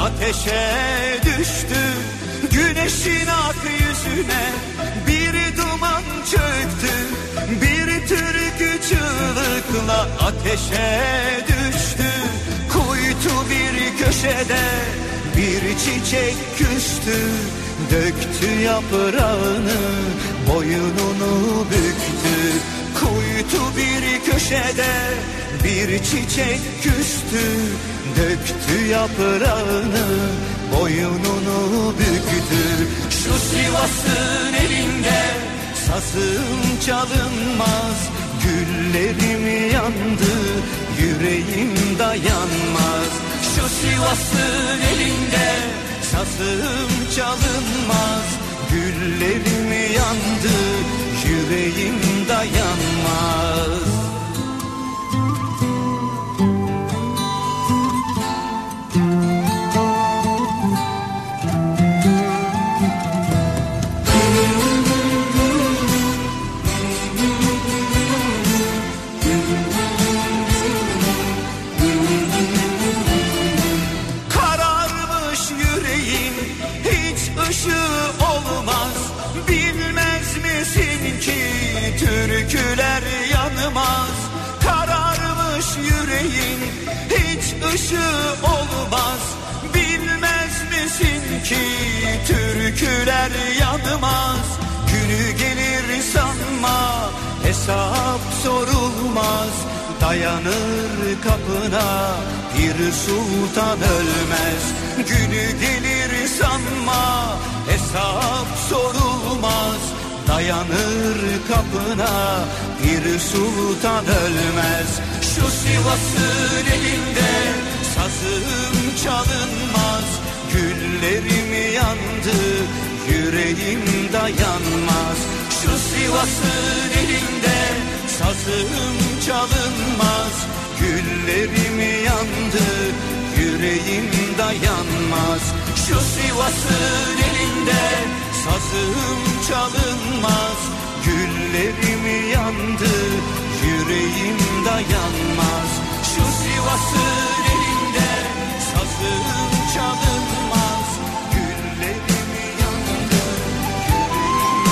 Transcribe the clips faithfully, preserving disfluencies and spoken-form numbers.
ateşe düştü. Güneşin ak yüzüne bir duman çöktü. Bir türkü çığlıkla ateşe düştü. Kuytu bir köşede bir çiçek küstü. Döktü yaprağını, boynunu büktü. Kuytu bir köşede bir çiçek küstü. Döktü yaprağını, boynunu büktü. Şu Sivas'ın elinde sazım çalınmaz. Güllerim yandı, yüreğim dayanmaz. Şu Sivas'ın elinde sazım çalınmaz. Güllerim yandı, yüreğim dayanmaz. Türküler yanmaz, kararmış yüreğin hiç ışığı olmaz. Bilmez misin ki türküler yanmaz. Günü gelir sanma, hesap sorulmaz. Dayanır kapına bir sultan ölmez. Günü gelir sanma, hesap sorulmaz. Dayanır kapına bir sultan ölmez. Şu Sivas'ın elinde sazım çalınmaz. Güllerim yandı, yüreğim dayanmaz. Şu Sivas'ın elinde sazım çalınmaz. Güllerim yandı, yüreğim dayanmaz. Şu Sivas'ın elinde sazım çalınmaz. Güllerim yandı, yüreğim dayanmaz. Şu Sivas'ın elinde sazım çalınmaz. Güllerim yandı, yüreğim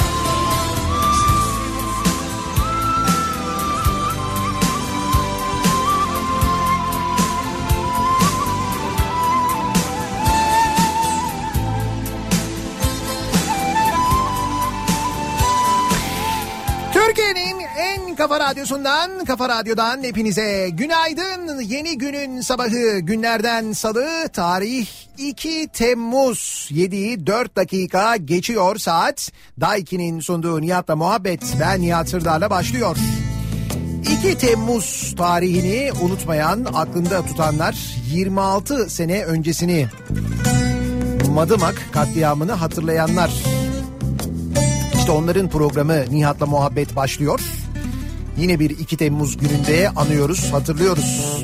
Türkiye'nin en kafa radyosundan, Kafa Radyo'dan hepinize günaydın. Yeni günün sabahı, günlerden salı, tarih iki Temmuz, yediyi dört dakika geçiyor saat. Daiki'nin sunduğu Nihat'la Muhabbet, ben Nihat Sırdar'la başlıyor. iki Temmuz tarihini unutmayan, aklında tutanlar, yirmi altı sene öncesini, Madımak katliamını hatırlayanlar. İşte onların programı Nihat'la Muhabbet başlıyor. Yine bir iki Temmuz gününde anıyoruz, hatırlıyoruz.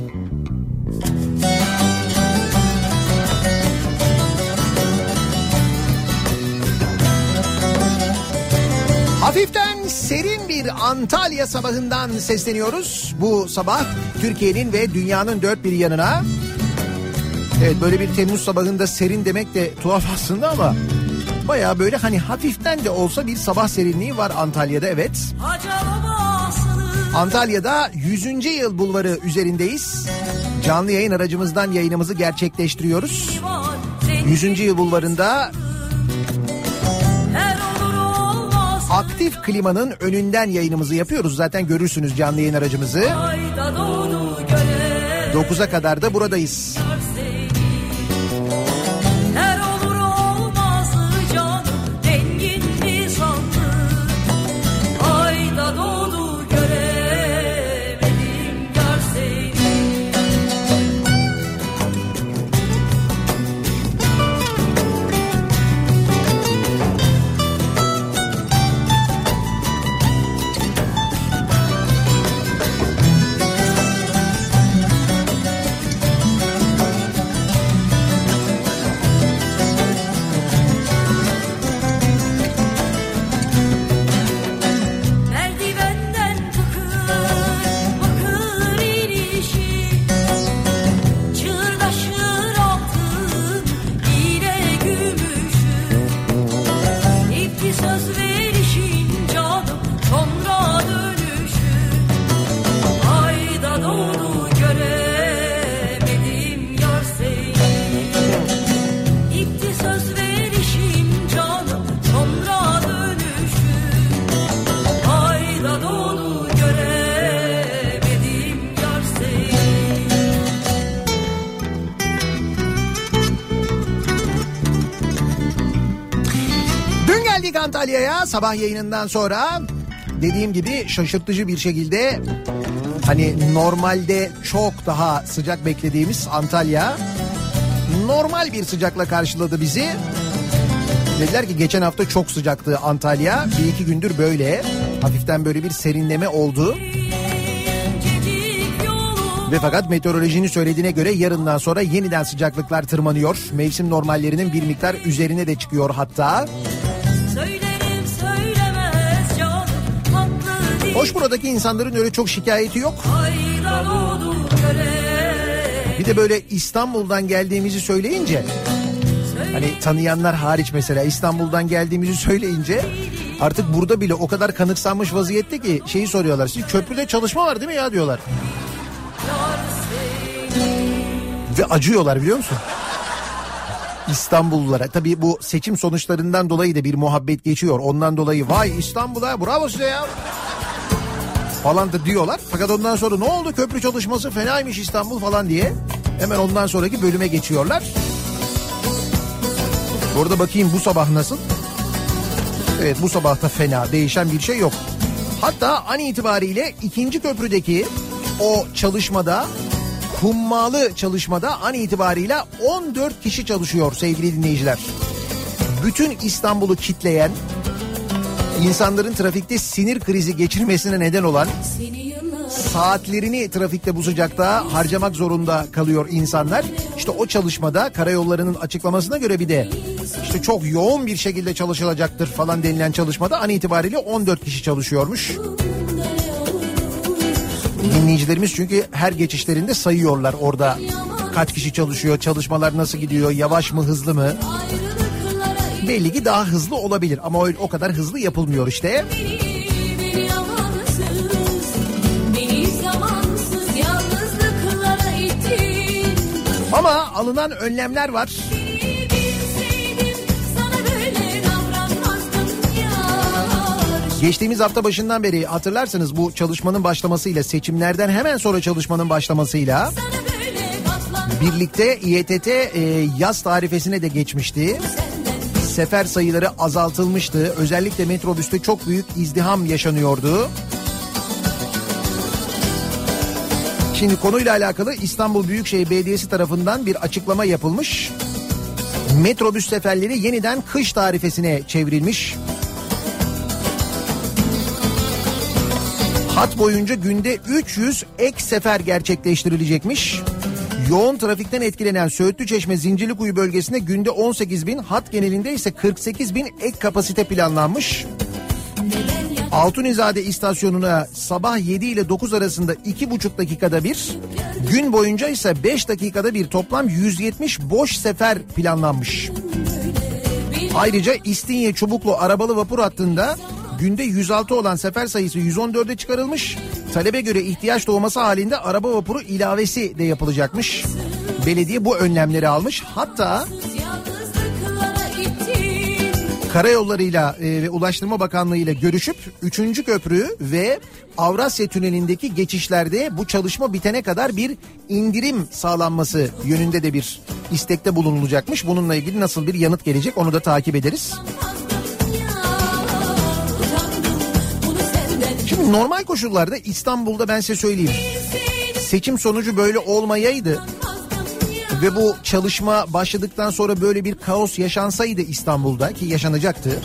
Hafiften serin bir Antalya sabahından sesleniyoruz. Bu sabah Türkiye'nin ve dünyanın dört bir yanına. Evet, böyle bir Temmuz sabahında serin demek de tuhaf aslında ama bayağı böyle hani hafiften de olsa bir sabah serinliği var Antalya'da, evet. Antalya'da yüzüncü yıl bulvarı üzerindeyiz. Canlı yayın aracımızdan yayınımızı gerçekleştiriyoruz. yüzüncü yıl bulvarında aktif klimanın önünden yayınımızı yapıyoruz. Zaten görürsünüz canlı yayın aracımızı. dokuza kadar da buradayız. göremedim yar seni. İtti söz verişim canım, sonra dönüşüm. Ayda dolu göremedim yar seni. Dün geldik Antalya'ya sabah yayınından sonra. Dediğim gibi şaşırtıcı bir şekilde hani normalde çok daha sıcak beklediğimiz Antalya normal bir sıcakla karşıladı bizi. Dediler ki geçen hafta çok sıcaktı Antalya. Bir iki gündür böyle. Hafiften böyle bir serinleme oldu. Ve fakat meteorolojinin söylediğine göre yarından sonra yeniden sıcaklıklar tırmanıyor. Mevsim normallerinin bir miktar üzerine de çıkıyor hatta. Hoş, buradaki insanların öyle çok şikayeti yok. Bir de böyle İstanbul'dan geldiğimizi söyleyince, hani tanıyanlar hariç mesela İstanbul'dan geldiğimizi söyleyince artık burada bile o kadar kanıksanmış vaziyette ki şeyi soruyorlar. Siz köprüde çalışma var değil mi ya diyorlar. Ve acıyorlar biliyor musun? İstanbullulara. Tabii bu seçim sonuçlarından dolayı da bir muhabbet geçiyor. Ondan dolayı vay İstanbul'a bravo size ya falan da diyorlar. Fakat ondan sonra ne oldu köprü çalışması fenaymış İstanbul falan diye hemen ondan sonraki bölüme geçiyorlar. Burada bakayım bu sabah nasıl? Evet, bu sabah da fena, değişen bir şey yok. Hatta an itibariyle ikinci köprüdeki o çalışmada, hummalı çalışmada an itibariyle on dört kişi çalışıyor sevgili dinleyiciler. Bütün İstanbul'u kitleyen, insanların trafikte sinir krizi geçirmesine neden olan, saatlerini trafikte bu sıcakta harcamak zorunda kalıyor insanlar. İşte o çalışmada karayollarının açıklamasına göre bir de işte çok yoğun bir şekilde çalışılacaktır falan denilen çalışmada an itibariyle on dört kişi çalışıyormuş. Dinleyicilerimiz çünkü her geçişlerinde sayıyorlar orada kaç kişi çalışıyor, çalışmalar nasıl gidiyor, yavaş mı hızlı mı? Belli ki daha hızlı olabilir ama o, o kadar hızlı yapılmıyor işte. Ama alınan önlemler var. Geçtiğimiz hafta başından beri hatırlarsanız bu çalışmanın başlamasıyla, seçimlerden hemen sonra çalışmanın başlamasıyla birlikte İ E T T e, yaz tarifesine de geçmişti. Sefer sayıları azaltılmıştı. Özellikle metrobüste çok büyük izdiham yaşanıyordu. Şimdi konuyla alakalı İstanbul Büyükşehir Belediyesi tarafından bir açıklama yapılmış. Metrobüs seferleri yeniden kış tarifesine çevrilmiş. Hat boyunca günde üç yüz ek sefer gerçekleştirilecekmiş. Yoğun trafikten etkilenen Söğütlüçeşme Zincirlikuyu bölgesinde günde on sekiz bin, hat genelinde ise kırk sekiz bin ek kapasite planlanmış. Altunizade istasyonuna sabah yedi ile dokuz arasında iki buçuk dakikada bir, gün boyunca ise beş dakikada bir toplam yüz yetmiş boş sefer planlanmış. Ayrıca İstinye Çubuklu arabalı vapur hattında günde yüz altı olan sefer sayısı yüz on dörde çıkarılmış. Talebe göre ihtiyaç doğması halinde araba vapuru ilavesi de yapılacakmış. Belediye bu önlemleri almış. Hatta Karayollarıyla e, ve Ulaştırma Bakanlığı ile görüşüp üçüncü köprü ve Avrasya Tüneli'ndeki geçişlerde bu çalışma bitene kadar bir indirim sağlanması yönünde de bir istekte bulunulacakmış. Bununla ilgili nasıl bir yanıt gelecek onu da takip ederiz. Şimdi normal koşullarda İstanbul'da ben size söyleyeyim, seçim sonucu böyle olmayaydı ve bu çalışma başladıktan sonra böyle bir kaos yaşansaydı İstanbul'da, ki yaşanacaktı,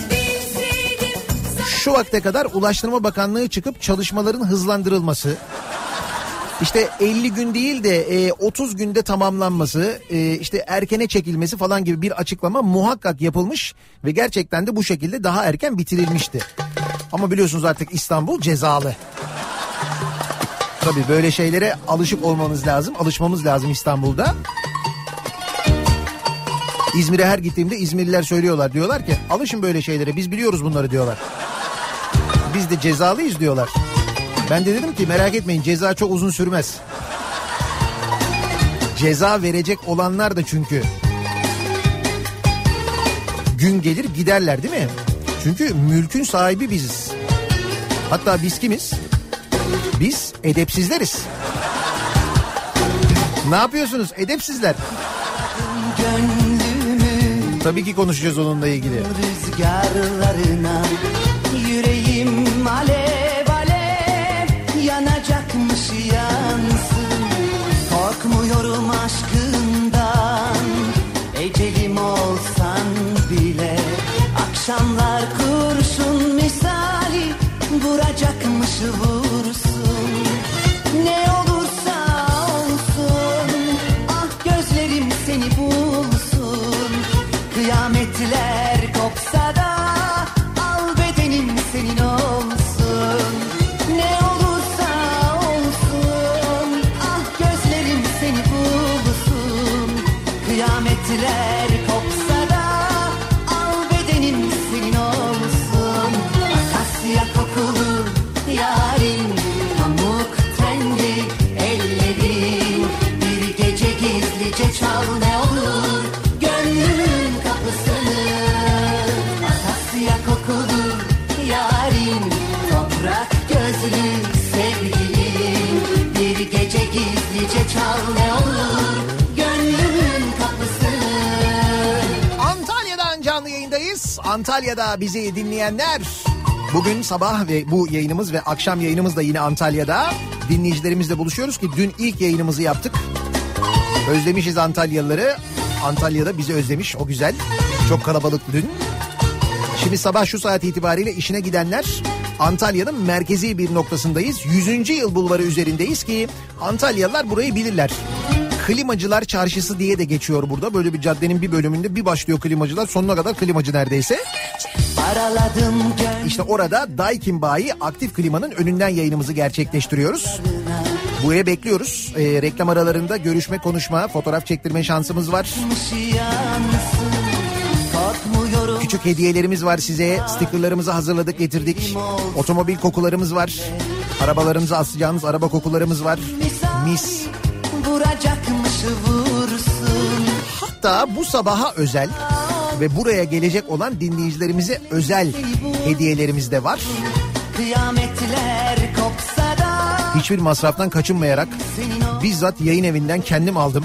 şu vakte kadar Ulaştırma Bakanlığı çıkıp çalışmaların hızlandırılması, işte elli gün değil de otuz günde tamamlanması, işte erkene çekilmesi falan gibi bir açıklama muhakkak yapılmış ve gerçekten de bu şekilde daha erken bitirilmişti. Ama biliyorsunuz artık İstanbul cezalı. Tabii böyle şeylere alışık olmamız lazım, alışmamız lazım İstanbul'da. İzmir'e her gittiğimde İzmirliler söylüyorlar, diyorlar ki alışın böyle şeylere, biz biliyoruz bunları diyorlar. Biz de cezalıyız diyorlar. Ben de dedim ki merak etmeyin, ceza çok uzun sürmez. Ceza verecek olanlar da çünkü gün gelir giderler değil mi? Çünkü mülkün sahibi biziz. Hatta biz kimiz? Biz edepsizleriz. Ne yapıyorsunuz edepsizler? Gönlümü Tabii ki konuşacağız onunla ilgili. rüzgarlarına, yüreğim alev alev yanacakmış yansın. Korkmuyorum aşkından, ecelim olsan bile. Akşamlar kurşun misali vuracakmış vursun. Ne olursa olsun, ah gözlerim seni bulsun. Kıyametler kopsa da al bedenim senin olsun. Ne olursa olsun, ah gözlerim seni bulsun. Kıyametler kopsa da al bedenim senin olsun. Akasya kokulu yarim, pamuk tenli ellerin. Bir gece gizlice çal ne olur gönlümün kapısını. Akasya kokulu yarim, toprak gözlü sevgilim. Bir gece gizlice çal ne olur gönlümün kapısını. Antalya'dan canlı yayındayız. Antalya'da bizi dinleyenler, bugün sabah ve bu yayınımız ve akşam yayınımız da yine Antalya'da. Dinleyicilerimizle buluşuyoruz ki dün ilk yayınımızı yaptık. Özlemişiz Antalyalıları. Antalya'da bizi özlemiş, o güzel. Çok kalabalık dün. Şimdi sabah şu saat itibariyle işine gidenler, Antalya'nın merkezi bir noktasındayız. yüzüncü yıl bulvarı üzerindeyiz ki Antalyalılar burayı bilirler. Klimacılar Çarşısı diye de geçiyor burada. Böyle bir caddenin bir bölümünde bir başlıyor klimacılar, sonuna kadar klimacı neredeyse. Araladım gönlümü. İşte orada Daikin Bayi aktif klimanın önünden yayınımızı gerçekleştiriyoruz. Buraya bekliyoruz. Ee, reklam aralarında görüşme, konuşma, fotoğraf çektirme şansımız var. Küçük hediyelerimiz var size. Stickerlarımızı hazırladık, getirdik. Otomobil kokularımız var. Arabalarımıza asacağımız araba kokularımız var. Mis. Vuracakmış vursun. Hatta bu sabaha özel ve buraya gelecek olan dinleyicilerimize özel hediyelerimiz de var. Kıyametler kopsa da Hiçbir masraftan kaçınmayarak bizzat yayın evinden kendim aldım.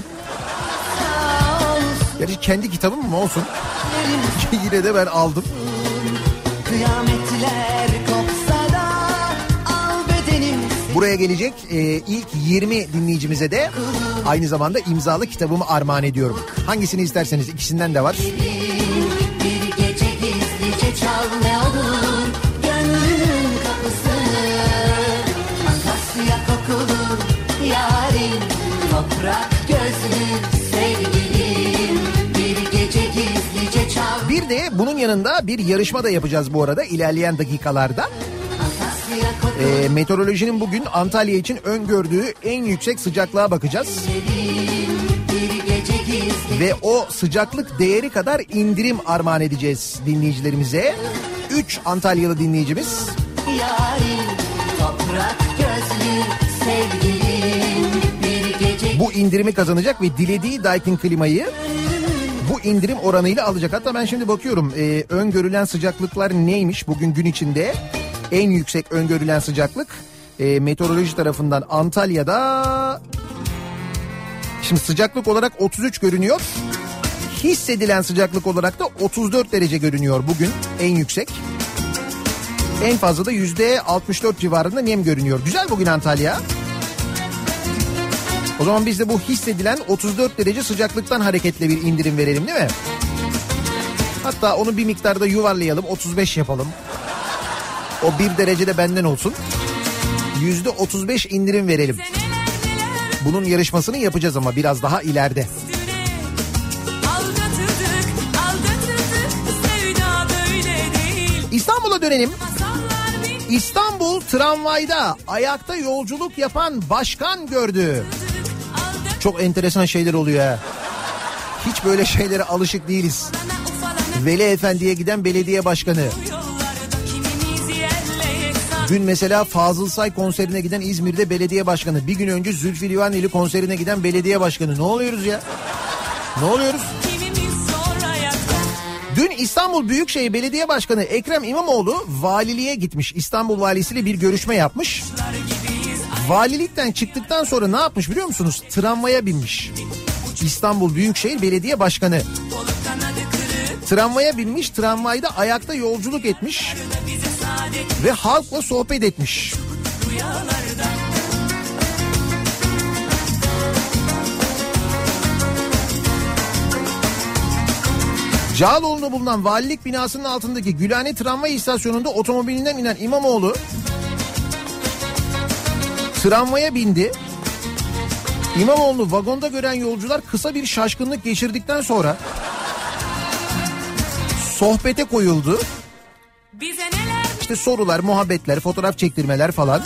Gerçi kendi kitabım mı olsun? Yine de ben aldım. kıyametler kopsa da al bedenim. Buraya gelecek e, ilk yirmi dinleyicimize de aynı zamanda imzalı kitabımı armağan ediyorum. Hangisini isterseniz, ikisinden de var. Bir gece gizlice çal ne olur gönlümün kapısını. Akasya kokulu yarim, toprak gözlü sevgilim. Bir gece gizlice çal. Bir de bunun yanında bir yarışma da yapacağız bu arada ilerleyen dakikalarda. Akasya kokulu E, meteorolojinin bugün Antalya için öngördüğü en yüksek sıcaklığa bakacağız. bir gece gizli Ve o sıcaklık değeri kadar indirim armağan edeceğiz dinleyicilerimize. üç Antalyalı dinleyicimiz. yarim, toprak gözlü sevgilim. Bir gece Bu indirimi kazanacak ve dilediği Daikin klimayı bu indirim oranıyla alacak. Hatta ben şimdi bakıyorum e, öngörülen sıcaklıklar neymiş bugün gün içinde. En yüksek öngörülen sıcaklık e, meteoroloji tarafından Antalya'da. Şimdi sıcaklık olarak otuz üç görünüyor. Hissedilen sıcaklık olarak da otuz dört derece görünüyor bugün en yüksek. En fazla da yüzde altmış dört civarında nem görünüyor. Güzel bugün Antalya. O zaman biz de bu hissedilen otuz dört derece sıcaklıktan hareketle bir indirim verelim değil mi? Hatta onu bir miktarda yuvarlayalım, otuz beş yapalım. O bir derece de benden olsun. yüzde otuz beş indirim verelim. Bunun yarışmasını yapacağız ama biraz daha ileride. Aldatıldık, aldatıldık, sevda böyle değil. İstanbul'a dönelim. Masallar bin İstanbul tramvayda ayakta yolculuk yapan başkan gördü. aldatıldık, Çok enteresan şeyler oluyor ha. Hiç böyle şeylere alışık değiliz. ufalana Veli Efendi'ye giden belediye başkanı. yollarda kimimiz yerle yeksan. Dün mesela Fazıl Say konserine giden İzmir'de belediye başkanı. Bir gün önce Zülfü Livaneli konserine giden belediye başkanı. Ne oluyoruz ya? Ne oluyoruz? Dün İstanbul Büyükşehir Belediye Başkanı Ekrem İmamoğlu valiliğe gitmiş. İstanbul valisiyle bir görüşme yapmış. Valilikten çıktıktan sonra ne yapmış biliyor musunuz? Tramvaya binmiş. İstanbul Büyükşehir Belediye Başkanı. Tramvaya binmiş, tramvayda ayakta yolculuk etmiş ve halkla sohbet etmiş. Cağaloğlu'nda bulunan valilik binasının altındaki Gülhane tramvay istasyonunda otomobilinden inen İmamoğlu tramvaya bindi. İmamoğlu'nu vagonda gören yolcular kısa bir şaşkınlık geçirdikten sonra sohbete koyuldu. İşte sorular, muhabbetler, fotoğraf çektirmeler falan.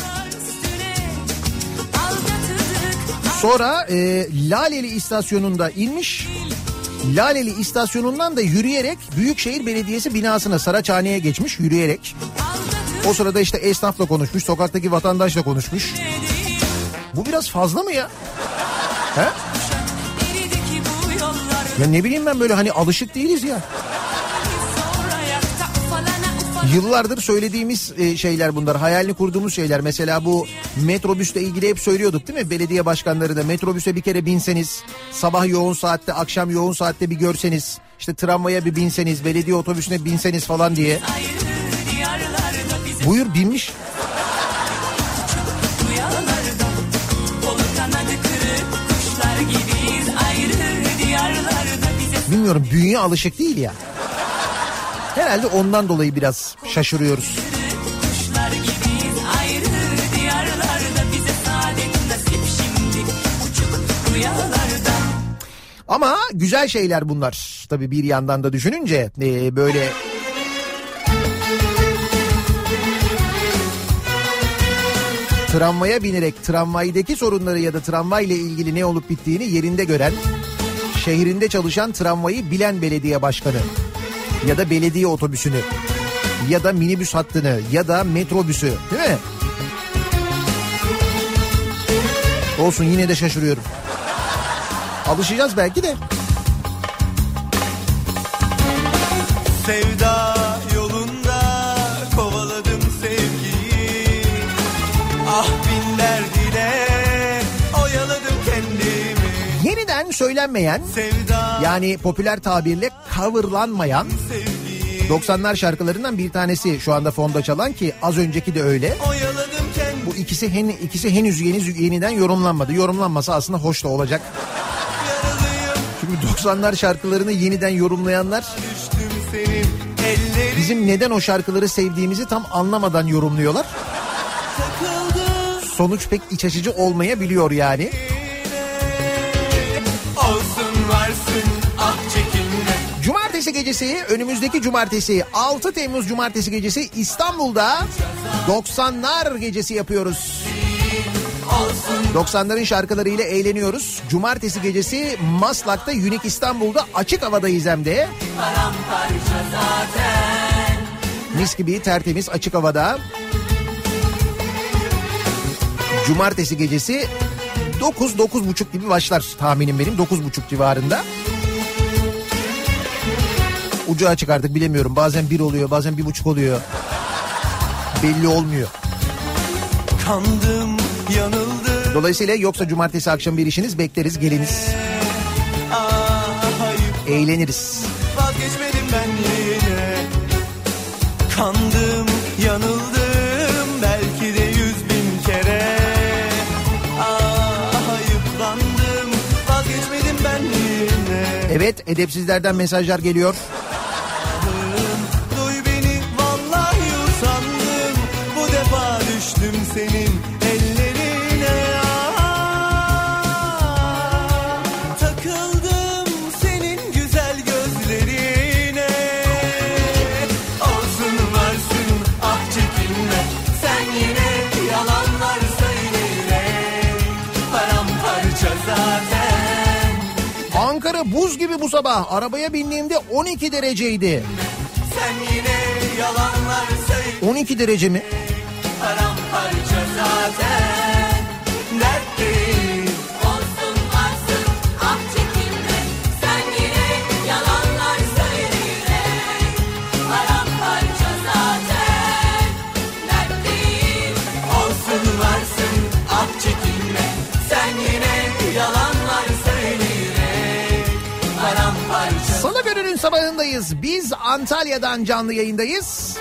Sonra e, Laleli istasyonunda inmiş. Laleli istasyonundan da yürüyerek Büyükşehir Belediyesi binasına, Saraçhane'ye geçmiş yürüyerek. O sırada işte esnafla konuşmuş, sokaktaki vatandaşla konuşmuş. Bu biraz fazla mı ya? He? Ya ne bileyim ben, böyle hani alışık değiliz ya. Yıllardır söylediğimiz şeyler bunlar, hayalini kurduğumuz şeyler. Mesela bu metrobüsle ilgili hep söylüyorduk değil mi? Belediye başkanları da metrobüse bir kere binseniz, sabah yoğun saatte, akşam yoğun saatte bir görseniz, işte tramvaya bir binseniz, belediye otobüsüne binseniz falan diye. Buyur, binmiş. Bilmiyorum, bünye alışık değil ya. Herhalde ondan dolayı biraz şaşırıyoruz. Ama güzel şeyler bunlar. Tabii bir yandan da düşününce ee, böyle... Tramvaya binerek tramvaydaki sorunları ya da tramvayla ilgili ne olup bittiğini yerinde gören, şehrinde çalışan, tramvayı bilen belediye başkanı ya da belediye otobüsünü ya da minibüs hattını ya da metrobüsü, değil mi? Olsun, yine de şaşırıyorum. Alışacağız belki de. Sevda yolunda kovaladım sevgiyi. Ah bin derdiyle oyaladım kendimi. Yeniden söylenmeyen, Sevda, yani popüler tabirle coverlanmayan doksanlar şarkılarından bir tanesi şu anda fonda çalan, ki az önceki de öyle. oyaladım kendimi. Bu ikisi hen, ikisi henüz yeni, yeniden yorumlanmadı. Yorumlanmasa aslında hoş da olacak. Çünkü doksanlar şarkılarını yeniden yorumlayanlar bizim neden o şarkıları sevdiğimizi tam anlamadan yorumluyorlar. Sonuç pek iç açıcı olmayabiliyor yani. Olsun varsın ah çekinme. Cumartesi gecesi, önümüzdeki cumartesi, altı Temmuz cumartesi gecesi İstanbul'da doksanlar gecesi yapıyoruz. doksanların şarkılarıyla eğleniyoruz. Cumartesi gecesi Maslak'ta, Unique İstanbul'da açık havadayız hem de. Mis gibi tertemiz açık havada. Cumartesi gecesi dokuz dokuz buçuk gibi başlar tahminim benim, dokuz buçuk civarında. Ucu açık artık, bilemiyorum. Bazen bir oluyor, bazen bir buçuk oluyor. Belli olmuyor. Kandım, yanıldım. Dolayısıyla yoksa cumartesi akşam bir işiniz, bekleriz, geliniz. Ah, hayır. Eğleniriz. Vazgeçmedim ben yine. Kandım, yanıldım. Belki de yüz bin kere. Ah, ayıplandım. Vazgeçmedim ben yine. Evet, edepsizlerden mesajlar geliyor. Duy beni, vallahi usandım. Bu defa düştüm senin ellerine. Ah, takıldım senin güzel gözlerine. Olsun varsın ah çekinme. Sen yine yalanlar söyle. Paramparça zaten. Ankara buz gibi bu sabah. Arabaya bindiğimde on iki dereceydi. Sen yine yalanlar söyle. on iki derece mi? paramparça zaten dert değil. Olsun varsın ah çekinme, sen yine yalanlar söyleyerek. Paramparça zaten dert değil. Olsun varsın ah çekinme, sen yine yalanlar söyleyerek paramparça. Salı gününün sabahındayız. Biz Antalya'dan canlı yayındayız.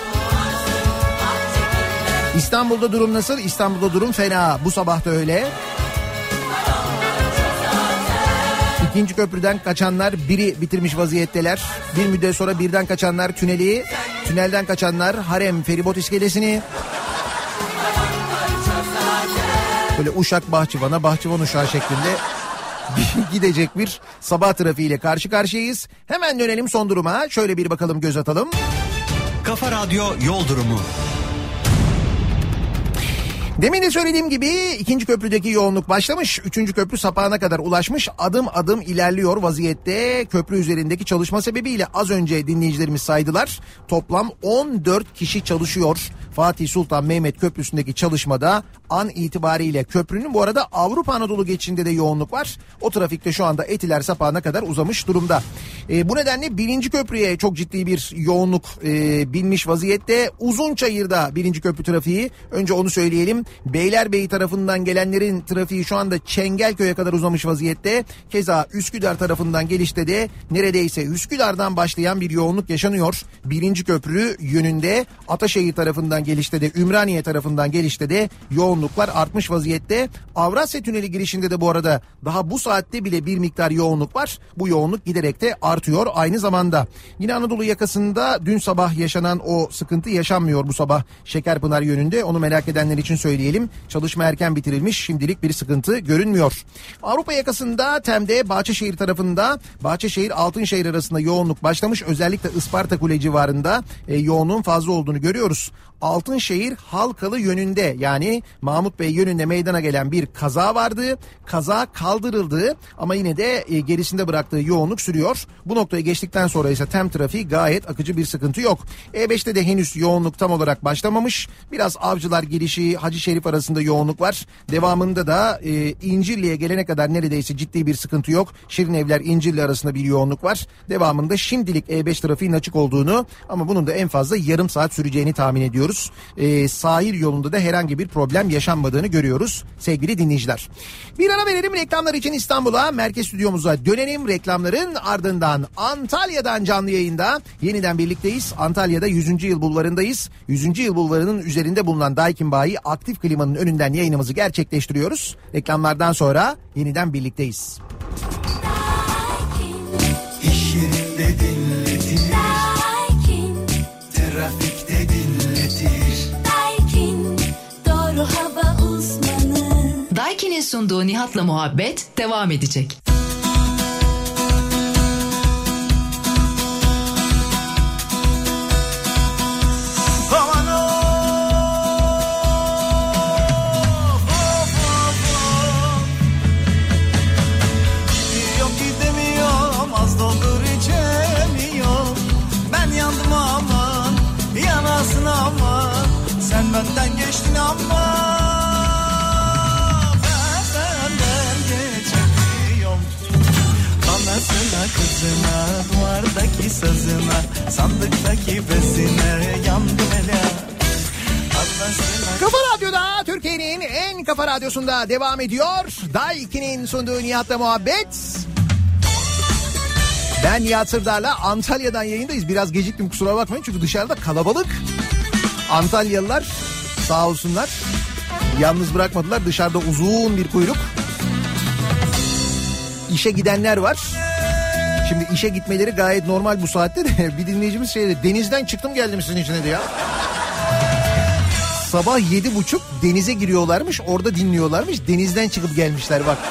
İstanbul'da durum nasıl? İstanbul'da durum fena. Bu sabah da öyle. İkinci köprüden kaçanlar biri bitirmiş vaziyetteler. Bir müddet sonra birden kaçanlar tüneli, tünelden kaçanlar harem feribot iskelesini. Böyle Uşak Bahçıvan'a, Bahçıvan Uşağı şeklinde gidecek bir sabah trafiğiyle karşı karşıyayız. Hemen dönelim son duruma. Şöyle bir bakalım, göz atalım. Kafa Radyo Yol Durumu. Demin de söylediğim gibi ikinci köprüdeki yoğunluk başlamış. Üçüncü köprü sapağına kadar ulaşmış. Adım adım ilerliyor vaziyette. Köprü üzerindeki çalışma sebebiyle az önce dinleyicilerimiz saydılar. Toplam on dört kişi çalışıyor. Fatih Sultan Mehmet Köprüsü'ndeki çalışmada an itibariyle köprünün, bu arada Avrupa Anadolu geçişinde de yoğunluk var. O trafikte şu anda Etiler sapağına kadar uzamış durumda. E, bu nedenle birinci köprüye çok ciddi bir yoğunluk e, binmiş vaziyette. Uzunçayır'da birinci köprü trafiği, önce onu söyleyelim. Beylerbeyi tarafından gelenlerin trafiği şu anda Çengelköy'e kadar uzamış vaziyette. Keza Üsküdar tarafından gelişte de neredeyse Üsküdar'dan başlayan bir yoğunluk yaşanıyor. Birinci köprü yönünde Ataşehir tarafından gelişte de Ümraniye tarafından gelişte de yoğunluklar artmış vaziyette. Avrasya Tüneli girişinde de bu arada daha bu saatte bile bir miktar yoğunluk var. Bu yoğunluk giderek de artıyor aynı zamanda. Yine Anadolu yakasında dün sabah yaşanan o sıkıntı yaşanmıyor bu sabah Şekerpınar yönünde. Onu merak edenler için söyleyelim. Çalışma erken bitirilmiş. Şimdilik bir sıkıntı görünmüyor. Avrupa yakasında Tem'de Bahçeşehir tarafında Bahçeşehir Altınşehir arasında yoğunluk başlamış. Özellikle Isparta Kule civarında e, yoğunluğun fazla olduğunu görüyoruz. Altınşehir Halkalı yönünde, yani Mahmut Bey yönünde meydana gelen bir kaza vardı. Kaza kaldırıldı ama yine de e, gerisinde bıraktığı yoğunluk sürüyor. Bu noktayı geçtikten sonra ise Tem trafiği gayet akıcı, bir sıkıntı yok. E beşte de henüz yoğunluk tam olarak başlamamış. Biraz Avcılar girişi Hacı Şerif arasında yoğunluk var. Devamında da e, İncirli'ye gelene kadar neredeyse ciddi bir sıkıntı yok. Şirinevler İncirli arasında bir yoğunluk var. Devamında şimdilik E beş trafiğinin açık olduğunu ama bunun da en fazla yarım saat süreceğini tahmin ediyoruz. Ee, sahil yolunda da herhangi bir problem yaşanmadığını görüyoruz sevgili dinleyiciler. Bir ara verelim, reklamlar için İstanbul'a, merkez stüdyomuza dönelim. Reklamların ardından Antalya'dan canlı yayında yeniden birlikteyiz. Antalya'da yüzüncü yıl bulvarındayız. yüzüncü yıl bulvarının üzerinde bulunan Daikin Bayi aktif klimanın önünden yayınımızı gerçekleştiriyoruz. Reklamlardan sonra yeniden birlikteyiz. İş yerinde dinletir, trafikte dinletir. Daikin doğru hava uzmanı. Daikin'in sunduğu Nihat'la Muhabbet devam edecek. Aman of, of, of, of. Gidiyorum gidemiyorum, az doldur içemiyorum. Ben yandım aman, yanasın aman. Sen benden geçtin ama ben senden geçemiyorum. Anasına kızına, duvardaki sazına, sandıktaki bezine yandım hele. Anasına... Kafa Radyo'da, Türkiye'nin en kafa radyosunda devam ediyor. Daiki'nin sunduğu Nihat'la Muhabbet. Ben Nihat Sırdar'la Antalya'dan yayındayız. Biraz geciktim, kusura bakmayın çünkü dışarıda kalabalık. Antalyalılar sağ olsunlar, yalnız bırakmadılar, dışarıda uzun bir kuyruk. İşe gidenler var. Şimdi işe gitmeleri gayet normal bu saatte de bir dinleyicimiz şey dedi, denizden çıktım geldim sizin için dedi ya. Sabah yedi buçuk denize giriyorlarmış, orada dinliyorlarmış, denizden çıkıp gelmişler bak.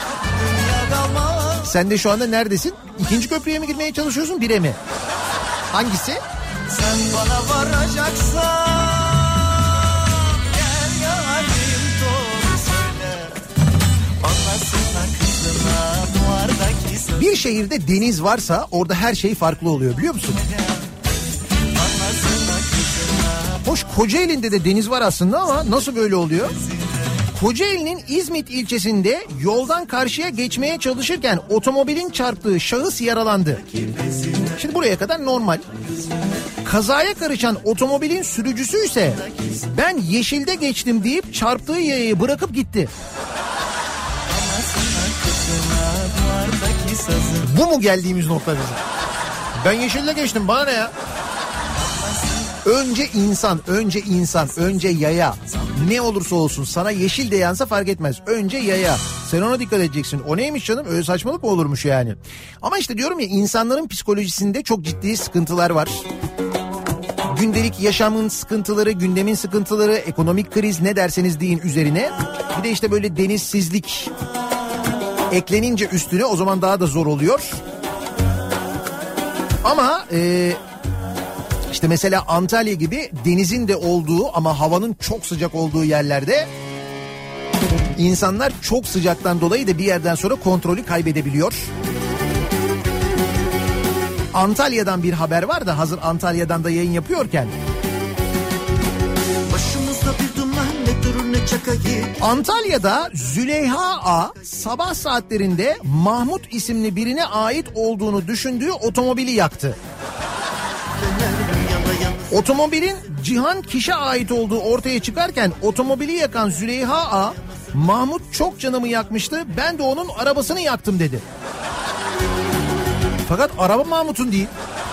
Sen de şu anda neredesin? İkinci köprüye mi girmeye çalışıyorsun, bire mi? Hangisi? Sen bana varacaksan gel yarim doğru söyle. Anasına kızına, duvardaki sözüne. Bir şehirde deniz varsa orada her şey farklı oluyor, biliyor musun? Anasına kızına, Hoş, Kocaeli'nde de deniz var aslında ama nasıl böyle oluyor? Kocaeli'nin İzmit ilçesinde yoldan karşıya geçmeye çalışırken otomobilin çarptığı şahıs yaralandı. Şimdi buraya kadar normal. Kazaya karışan otomobilin sürücüsü ise ben yeşilde geçtim deyip çarptığı yayayı bırakıp gitti. Bu mu geldiğimiz nokta bizim? Ben yeşilde geçtim, bana ne ya? Önce insan, önce insan, önce yaya. Ne olursa olsun sana yeşil de yansa fark etmez. Önce yaya. Sen ona dikkat edeceksin. O neymiş canım? Öyle saçmalık mı olurmuş yani? Ama işte diyorum ya, insanların psikolojisinde çok ciddi sıkıntılar var. Gündelik yaşamın sıkıntıları, gündemin sıkıntıları, ekonomik kriz, ne derseniz deyin üzerine. Bir de işte böyle denizsizlik eklenince üstüne, o zaman daha da zor oluyor. Ama e, işte mesela Antalya gibi denizin de olduğu ama havanın çok sıcak olduğu yerlerde insanlar çok sıcaktan dolayı da bir yerden sonra kontrolü kaybedebiliyor. Antalya'dan bir haber var da, hazır Antalya'dan da yayın yapıyorken. Başımızda bir duman, ne durur ne çakayı. Antalya'da Züleyha A sabah saatlerinde Mahmut isimli birine ait olduğunu düşündüğü otomobili yaktı. Otomobilin Cihan Kiş'e ait olduğu ortaya çıkarken otomobili yakan Züleyha A, Mahmut çok canımı yakmıştı, ben de onun arabasını yaktım dedi. Fakat araba Mahmut'un değil.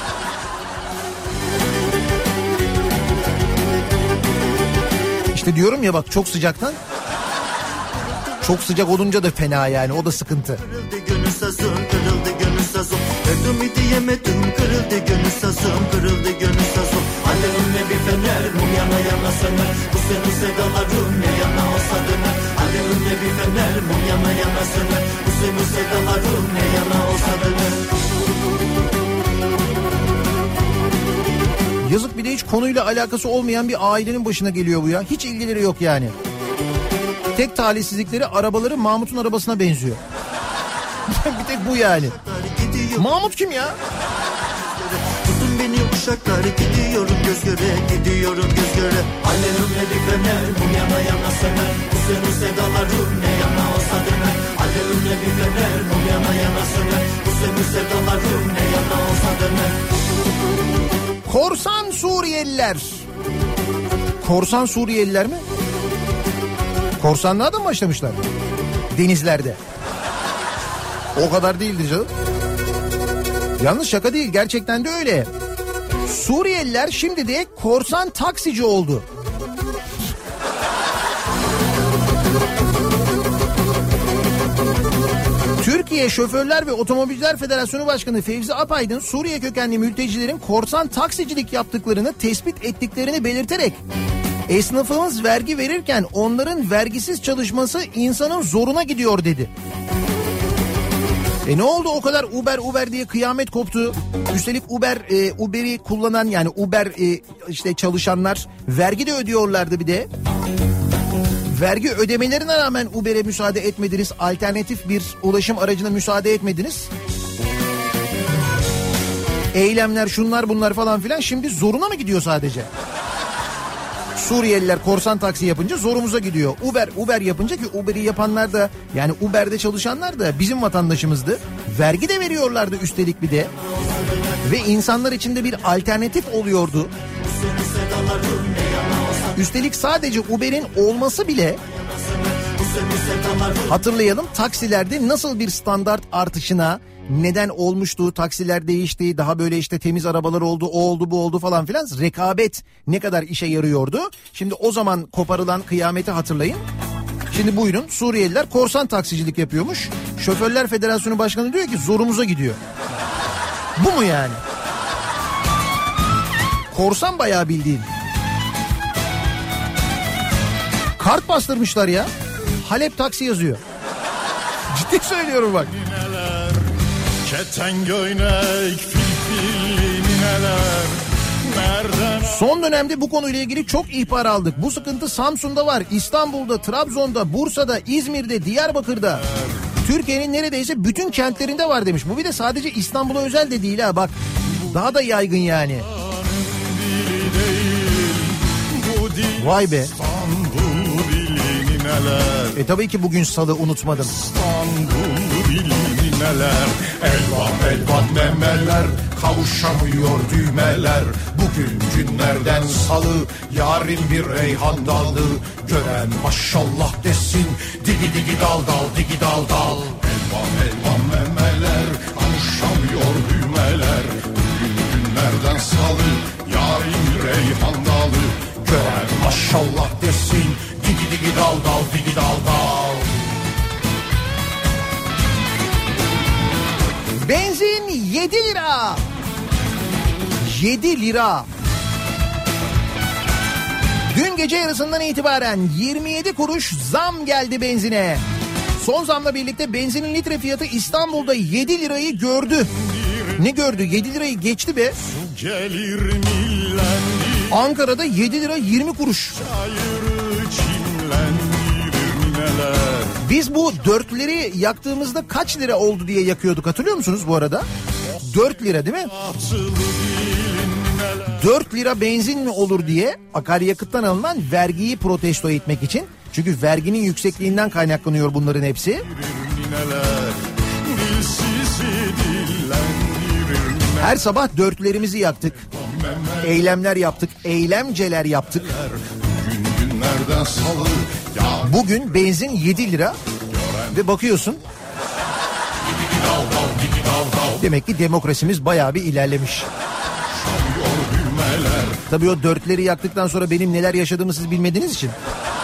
İşte diyorum ya bak, çok sıcaktan. Çok sıcak olunca da fena yani, o da sıkıntı. Kırıldı gönül sazım, kırıldı gönül sazım. Öldüm diyemedim, kırıldı gönül sazım, kırıldı gönül sazım. Alevimle bir fener, mum yana yana söner. Bu senin sevdalarım ne yana olsa döner. Alevimle bir fener, mum yana yana söner. Bu senin sevdalarım ne yana olsa döner. Yazık, bir de hiç konuyla alakası olmayan bir ailenin başına geliyor bu ya. Hiç ilgileri yok yani. Tek talihsizlikleri, arabaları Mahmut'un arabasına benziyor. Bir tek bu yani. Mahmut kim ya? Tutun beni uşaklar, gidiyorum göz göre, gidiyorum göz göre. Alevimle bir fener, mum yana yana söner. Bu senin sevdalarım ne yana olsa döner. Alevimle bir fener, mum yana yana söner. Bu senin sevdalarım ne yana olsa döner. Korsan Suriyeliler. Korsan Suriyeliler mi? Korsanlığa da mı başlamışlar? Denizlerde. O kadar değildir canım. Yalnız şaka değil, gerçekten de öyle. Suriyeliler şimdi de korsan taksici oldu. Türkiye Şoförler ve Otomobilciler Federasyonu Başkanı Fevzi Apaydın, Suriye kökenli mültecilerin korsan taksicilik yaptıklarını tespit ettiklerini belirterek esnafımız vergi verirken onların vergisiz çalışması insanın zoruna gidiyor dedi. E ne oldu, o kadar Uber Uber diye kıyamet koptu. Üstelik Uber e, Uber'i kullanan, yani Uber e, işte çalışanlar vergi de ödüyorlardı bir de. Vergi ödemelerine rağmen Uber'e müsaade etmediniz. Alternatif bir ulaşım aracına müsaade etmediniz. Eylemler, şunlar bunlar falan filan, şimdi zoruna mı gidiyor sadece? Suriyeliler korsan taksi yapınca zorumuza gidiyor. Uber Uber yapınca, ki Uber'i yapanlar da, yani Uber'de çalışanlar da bizim vatandaşımızdı. Vergi de veriyorlardı üstelik bir de. Ve insanlar için de bir alternatif oluyordu. Üstelik sadece Uber'in olması bile, hatırlayalım, taksilerde nasıl bir standart artışına neden olmuştu, taksiler değişti, daha böyle işte temiz arabalar oldu, o oldu, bu oldu falan filan, rekabet ne kadar işe yarıyordu. Şimdi o zaman koparılan kıyameti hatırlayın. Şimdi buyurun, Suriyeliler korsan taksicilik yapıyormuş. Şoförler Federasyonu Başkanı diyor ki zorumuza gidiyor. Bu mu yani? Korsan bayağı bildiğin. Kart bastırmışlar ya. Halep taksi yazıyor. Ciddi söylüyorum bak. Keten göynek, filfilli nineler. Nereden... Son dönemde bu konuyla ilgili çok ihbar aldık. Bu sıkıntı Samsun'da var, İstanbul'da, Trabzon'da, Bursa'da, İzmir'de, Diyarbakır'da. Türkiye'nin neredeyse bütün kentlerinde var demiş. Bu bir de sadece İstanbul'a özel de değil ha, bak. Daha da yaygın yani. Vay be. İstanbul bilini neler. E tabii ki bugün salı, unutmadım. İstanbul bilini neler. Elvan elvan memeler, kavuşamıyor düğmeler. Bugün günlerden salı, yarın bir reyhan dalı. Gören maşallah desin, digi digi dal dal digi dal dal. Elvan elvan memeler, kavuşamıyor düğmeler. Bugün günlerden salı, yarın bir reyhan dalı. Gören maşallah desin, digi digi dal dal digi dal dal. Benzin yedi lira. yedi lira. Dün gece yarısından itibaren yirmi yedi kuruş zam geldi benzine. Son zamla birlikte benzinin litre fiyatı İstanbul'da yedi lirayı gördü. Ne gördü? yedi lirayı geçti be. Gelir millendir, Ankara'da yedi lira yirmi kuruş. ayırı çimlendirir neler. Biz bu dörtleri yaktığımızda kaç lira oldu diye yakıyorduk, hatırlıyor musunuz bu arada? dört lira değil mi? Atılı dilin neler. dört lira benzin mi olur diye akaryakıttan alınan vergiyi protesto etmek için. Çünkü verginin yüksekliğinden kaynaklanıyor bunların hepsi. Neler, dilsizi dillendirir neler. Her sabah dörtlerimizi yaktık. Eylemler yaptık, eylemceler yaptık. Gün günlerden salı, ya Bugün benzin yedi lira ve bakıyorsun demek ki demokrasimiz bayağı bir ilerlemiş. düğmeler. Tabii o dörtleri yaktıktan sonra benim neler yaşadığımı siz bilmediğiniz için.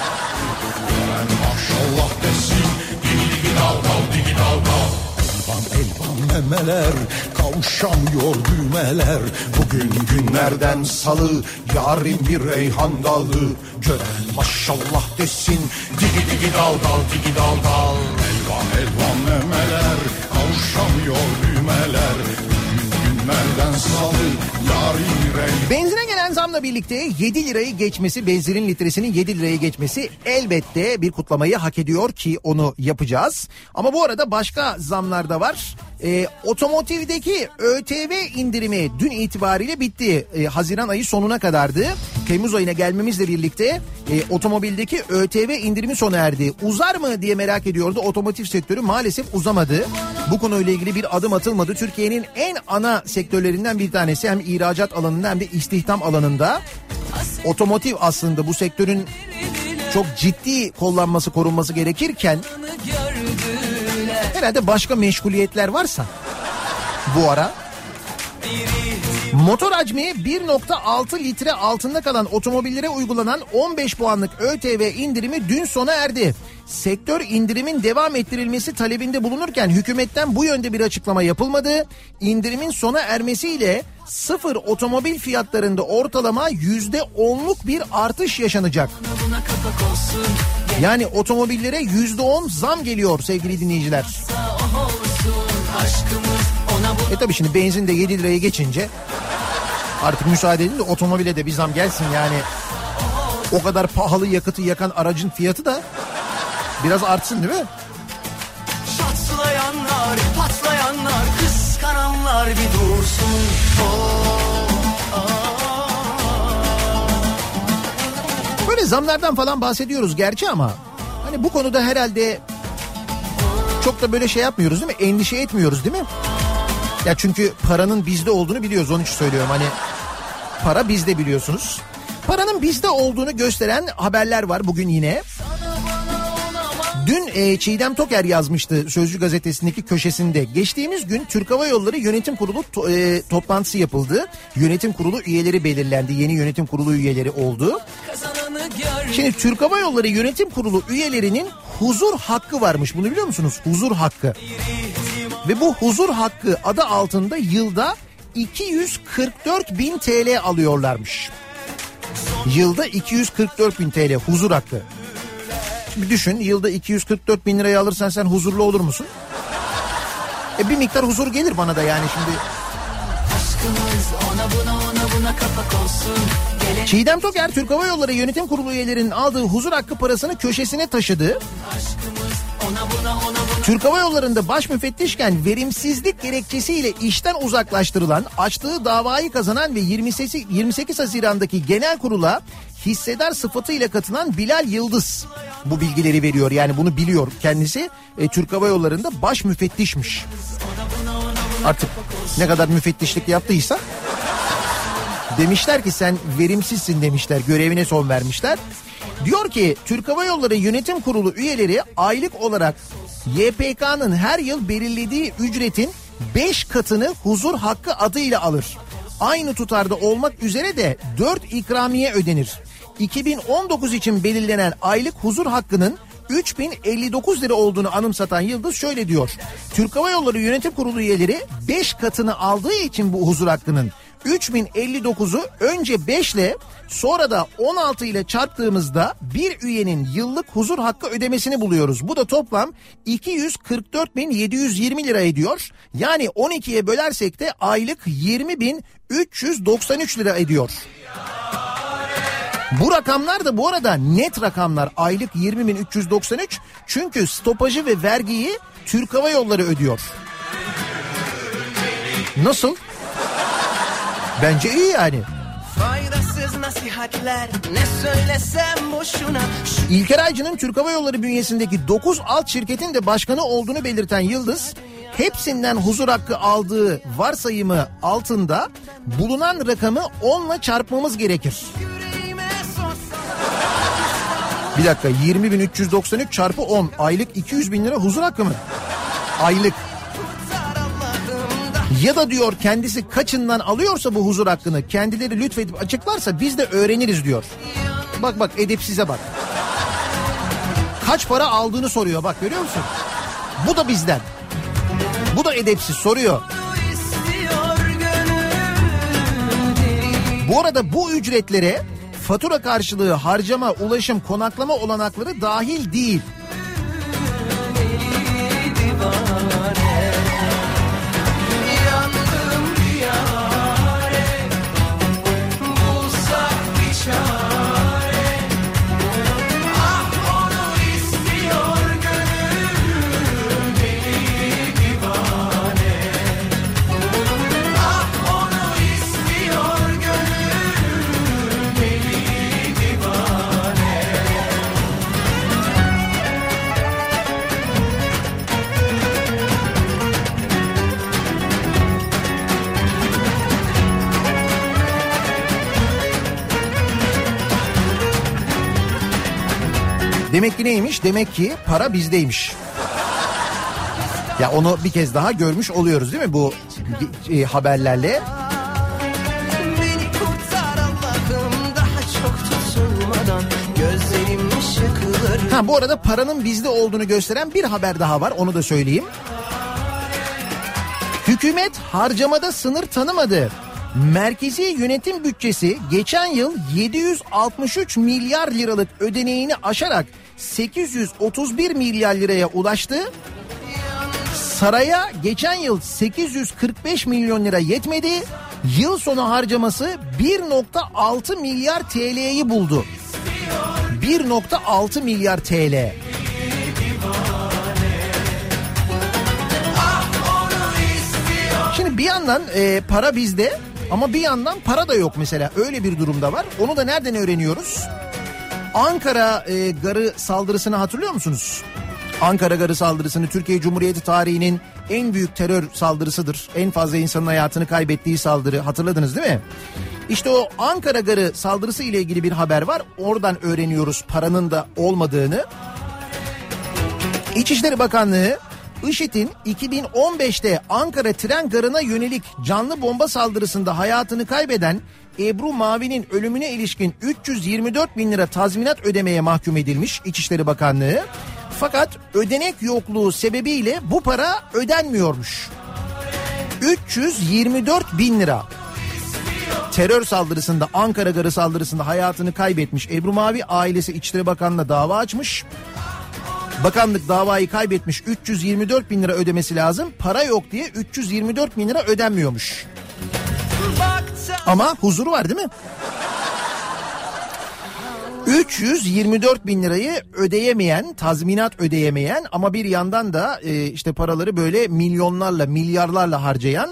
Maşallah desin, digi digi dal dal digi dal dal. Elvan elvan memeler, kavuşamıyor düğmeler. Bugün günlerden salı, yarın bir reyhan dalı. Gören maşallah desin, digi digi dal dal digi dal dal. Elvan elvan memeler, kavuşamıyor düğmeler. Bugün günlerden salı, yarın bir reyhan. Benzine gelen zamla birlikte yedi lirayı geçmesi, benzinin litresinin yedi lirayı geçmesi elbette bir kutlamayı hak ediyor ki onu yapacağız. Ama bu arada başka zamlar da var. Ee, otomotivdeki ÖTV indirimi dün itibariyle bitti. Ee, Haziran ayı sonuna kadardı. Temmuz ayına gelmemizle birlikte e, otomobildeki ÖTV indirimi sona erdi. Uzar mı diye merak ediyordu otomotiv sektörü, maalesef uzamadı. Bu konuyla ilgili bir adım atılmadı. Türkiye'nin en ana sektörlerinden bir tanesi, hem ihracat alanında hem de istihdam alanında. Otomotiv aslında bu sektörün çok ciddi kollanması, korunması gerekirken herhalde başka meşguliyetler varsa bu ara. Motor hacmi bir nokta altı litre altında kalan otomobillere uygulanan on beş puanlık ÖTV indirimi dün sona erdi. Sektör indirimin devam ettirilmesi talebinde bulunurken hükümetten bu yönde bir açıklama yapılmadı. İndirimin sona ermesiyle sıfır otomobil fiyatlarında ortalama yüzde onluk bir artış yaşanacak. Yani otomobillere yüzde on zam geliyor sevgili dinleyiciler. E tabii şimdi benzin de yedi liraya geçince artık müsaade edin de otomobile de bir zam gelsin yani. O kadar pahalı yakıtı yakan aracın fiyatı da biraz artsın değil mi? Çatlayanlar, patlayanlar, kıskananlar bir dursun. Oh, Böyle zamlardan falan bahsediyoruz gerçi ama hani bu konuda herhalde çok da böyle şey yapmıyoruz değil mi? Endişe etmiyoruz değil mi? Ya çünkü paranın bizde olduğunu biliyoruz, onun için söylüyorum. Hani para bizde, biliyorsunuz. Paranın bizde olduğunu gösteren haberler var bugün yine. Dün e, Çiğdem Toker yazmıştı Sözcü gazetesindeki köşesinde. Geçtiğimiz gün Türk Hava Yolları Yönetim Kurulu to, e, toplantısı yapıldı. Yönetim Kurulu üyeleri belirlendi. Yeni Yönetim Kurulu üyeleri oldu. Şimdi Türk Hava Yolları Yönetim Kurulu üyelerinin huzur hakkı varmış. Bunu biliyor musunuz? Huzur hakkı. Ve bu huzur hakkı adı altında yılda iki yüz kırk dört bin T L alıyorlarmış. Yılda iki yüz kırk dört bin T L huzur hakkı. Bir düşün, yılda iki yüz kırk dört bin lirayı alırsan sen huzurlu olur musun? E bir miktar huzur gelir bana da yani şimdi. Ona buna ona buna kapak olsun. Gele... Çiğdem Toker Türk Hava Yolları Yönetim Kurulu üyelerinin aldığı huzur hakkı parasını köşesine taşıdı. Türk Hava Yolları'nda baş müfettişken verimsizlik gerekçesiyle işten uzaklaştırılan, açtığı davayı kazanan ve yirmi sekiz Haziran'daki genel kurula hissedar sıfatıyla katılan Bilal Yıldız bu bilgileri veriyor. Yani bunu biliyor kendisi. E, Türk Hava Yolları'nda baş müfettişmiş. Artık ne kadar müfettişlik yaptıysa demişler ki sen verimsizsin demişler, görevine son vermişler. Diyor ki Türk Hava Yolları Yönetim Kurulu üyeleri aylık olarak Y P K'nın her yıl belirlediği ücretin beş katını huzur hakkı adıyla alır. Aynı tutarda olmak üzere de dört ikramiye ödenir. iki bin on dokuz için belirlenen aylık huzur hakkının üç bin elli dokuz lira olduğunu anımsatan Yıldız şöyle diyor. Türk Hava Yolları Yönetim Kurulu üyeleri beş katını aldığı için bu huzur hakkının üç bin elli dokuzu önce beş ile sonra da on altı ile çarptığımızda bir üyenin yıllık huzur hakkı ödemesini buluyoruz. Bu da toplam iki yüz kırk dört bin yedi yüz yirmi lira ediyor. Yani on ikiye bölersek de aylık yirmi bin üç yüz doksan üç lira ediyor. Bu rakamlar da bu arada net rakamlar, aylık yirmi bin üç yüz doksan üç, çünkü stopajı ve vergiyi Türk Hava Yolları ödüyor. Nasıl? Bence iyi yani. Faydasız nasihatler ne söylesem boşuna. İlker Aycı'nın Türk Hava Yolları bünyesindeki dokuz alt şirketin de başkanı olduğunu belirten Yıldız, hepsinden huzur hakkı aldığı varsayımı altında bulunan rakamı onla çarpmamız gerekir. Bir dakika, yirmi bin üç yüz doksan üç çarpı on, aylık iki yüz bin lira huzur hakkı mı? Aylık. Ya da diyor kendisi kaçından alıyorsa bu huzur hakkını kendileri lütfedip açıklarsa biz de öğreniriz diyor. Bak bak, edepsize bak. Kaç para aldığını soruyor, bak görüyor musun? Bu da bizden. Bu da edepsiz, soruyor. Bu arada bu ücretlere fatura karşılığı harcama, ulaşım, konaklama olanakları dahil değil. Demek ki neymiş? Demek ki para bizdeymiş. Ya onu bir kez daha görmüş oluyoruz değil mi bu e, haberlerle? Beni kurtar Allah'ım, daha çok tutulmadan gözlerim ışıkları. Ha, bu arada paranın bizde olduğunu gösteren bir haber daha var, onu da söyleyeyim. Hükümet harcamada sınır tanımadı. Merkezi yönetim bütçesi geçen yıl yedi yüz altmış üç milyar liralık ödeneğini aşarak sekiz yüz otuz bir milyar liraya ulaştı. Saraya geçen yıl sekiz yüz kırk beş milyon lira yetmedi. Yıl sonu harcaması bir nokta altı milyar T L'yi buldu. bir nokta altı milyar T L. Şimdi bir yandan e, para bizde ama bir yandan para da yok mesela, öyle bir durumda var. Onu da nereden öğreniyoruz? Ankara e, Garı saldırısını hatırlıyor musunuz? Ankara Garı saldırısını, Türkiye Cumhuriyeti tarihinin en büyük terör saldırısıdır. En fazla insanın hayatını kaybettiği saldırı, hatırladınız değil mi? İşte o Ankara Garı saldırısı ile ilgili bir haber var. Oradan öğreniyoruz paranın da olmadığını. İçişleri Bakanlığı, IŞİD'in iki bin on beşte Ankara tren garına yönelik canlı bomba saldırısında hayatını kaybeden Ebru Mavi'nin ölümüne ilişkin üç yüz yirmi dört bin lira tazminat ödemeye mahkum edilmiş İçişleri Bakanlığı. Fakat ödenek yokluğu sebebiyle bu para ödenmiyormuş. üç yüz yirmi dört bin lira. Terör saldırısında, Ankara Garı saldırısında hayatını kaybetmiş Ebru Mavi ailesi İçişleri Bakanlığı'na dava açmış. Bakanlık davayı kaybetmiş, üç yüz yirmi dört bin lira ödemesi lazım. Para yok diye üç yüz yirmi dört bin lira ödenmiyormuş. Ama huzuru var değil mi? üç yüz yirmi dört bin lirayı ödeyemeyen, tazminat ödeyemeyen ama bir yandan da e, işte paraları böyle milyonlarla, milyarlarla harcayan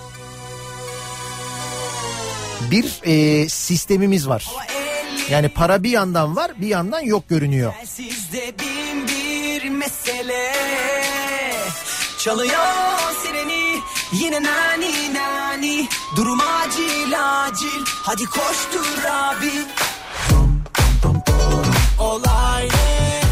bir e, sistemimiz var. Yani para bir yandan var, bir yandan yok görünüyor. Sizde bin bir mesele çalıyor sireni yine nani nani durum acil acil hadi koştur abi. Olay ne?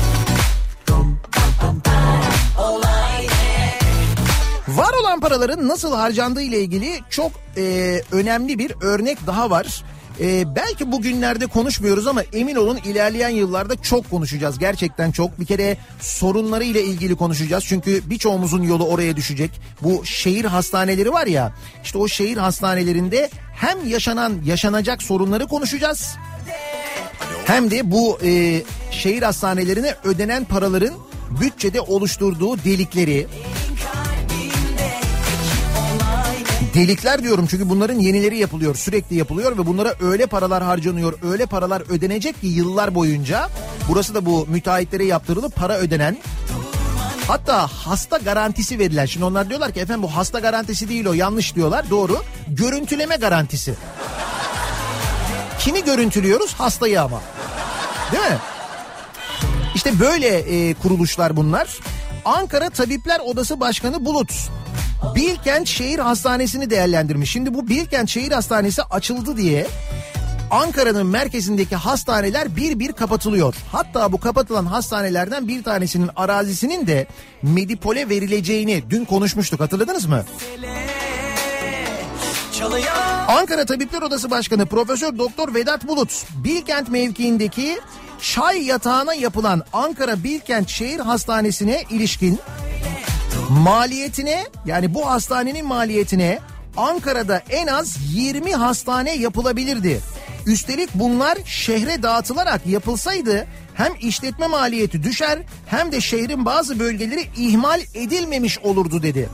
Olay ne? Var olan paraların nasıl harcandığı ile ilgili çok e, önemli bir örnek daha var. E, belki bugünlerde konuşmuyoruz ama emin olun ilerleyen yıllarda çok konuşacağız. Gerçekten çok. Bir kere sorunları ile ilgili konuşacağız. Çünkü birçoğumuzun yolu oraya düşecek. Bu şehir hastaneleri var ya, işte o şehir hastanelerinde hem yaşanan, yaşanacak sorunları konuşacağız. Hem de bu e, şehir hastanelerine ödenen paraların bütçede oluşturduğu delikleri. Delikler diyorum çünkü bunların yenileri yapılıyor, sürekli yapılıyor ve bunlara öyle paralar harcanıyor, öyle paralar ödenecek ki yıllar boyunca. Burası da bu müteahhitlere yaptırılıp para ödenen. Hatta hasta garantisi verilen. Şimdi onlar diyorlar ki efendim bu hasta garantisi değil, o yanlış diyorlar. Doğru. Görüntüleme garantisi. Kimi görüntülüyoruz? Hastayı ama. Değil mi? İşte böyle e, kuruluşlar bunlar. Ankara Tabipler Odası Başkanı Bulut Bilkent Şehir Hastanesi'ni değerlendirmiş. Şimdi bu Bilkent Şehir Hastanesi açıldı diye Ankara'nın merkezindeki hastaneler bir bir kapatılıyor. Hatta bu kapatılan hastanelerden bir tanesinin arazisinin de Medipol'e verileceğini dün konuşmuştuk, hatırladınız mı? Ankara Tabipler Odası Başkanı Profesör Doktor Vedat Bulut, Bilkent mevkiindeki çay yatağına yapılan Ankara Bilkent Şehir Hastanesi'ne ilişkin maliyetine, yani bu hastanenin maliyetine Ankara'da en az yirmi hastane yapılabilirdi. Üstelik bunlar şehre dağıtılarak yapılsaydı hem işletme maliyeti düşer hem de şehrin bazı bölgeleri ihmal edilmemiş olurdu dedi.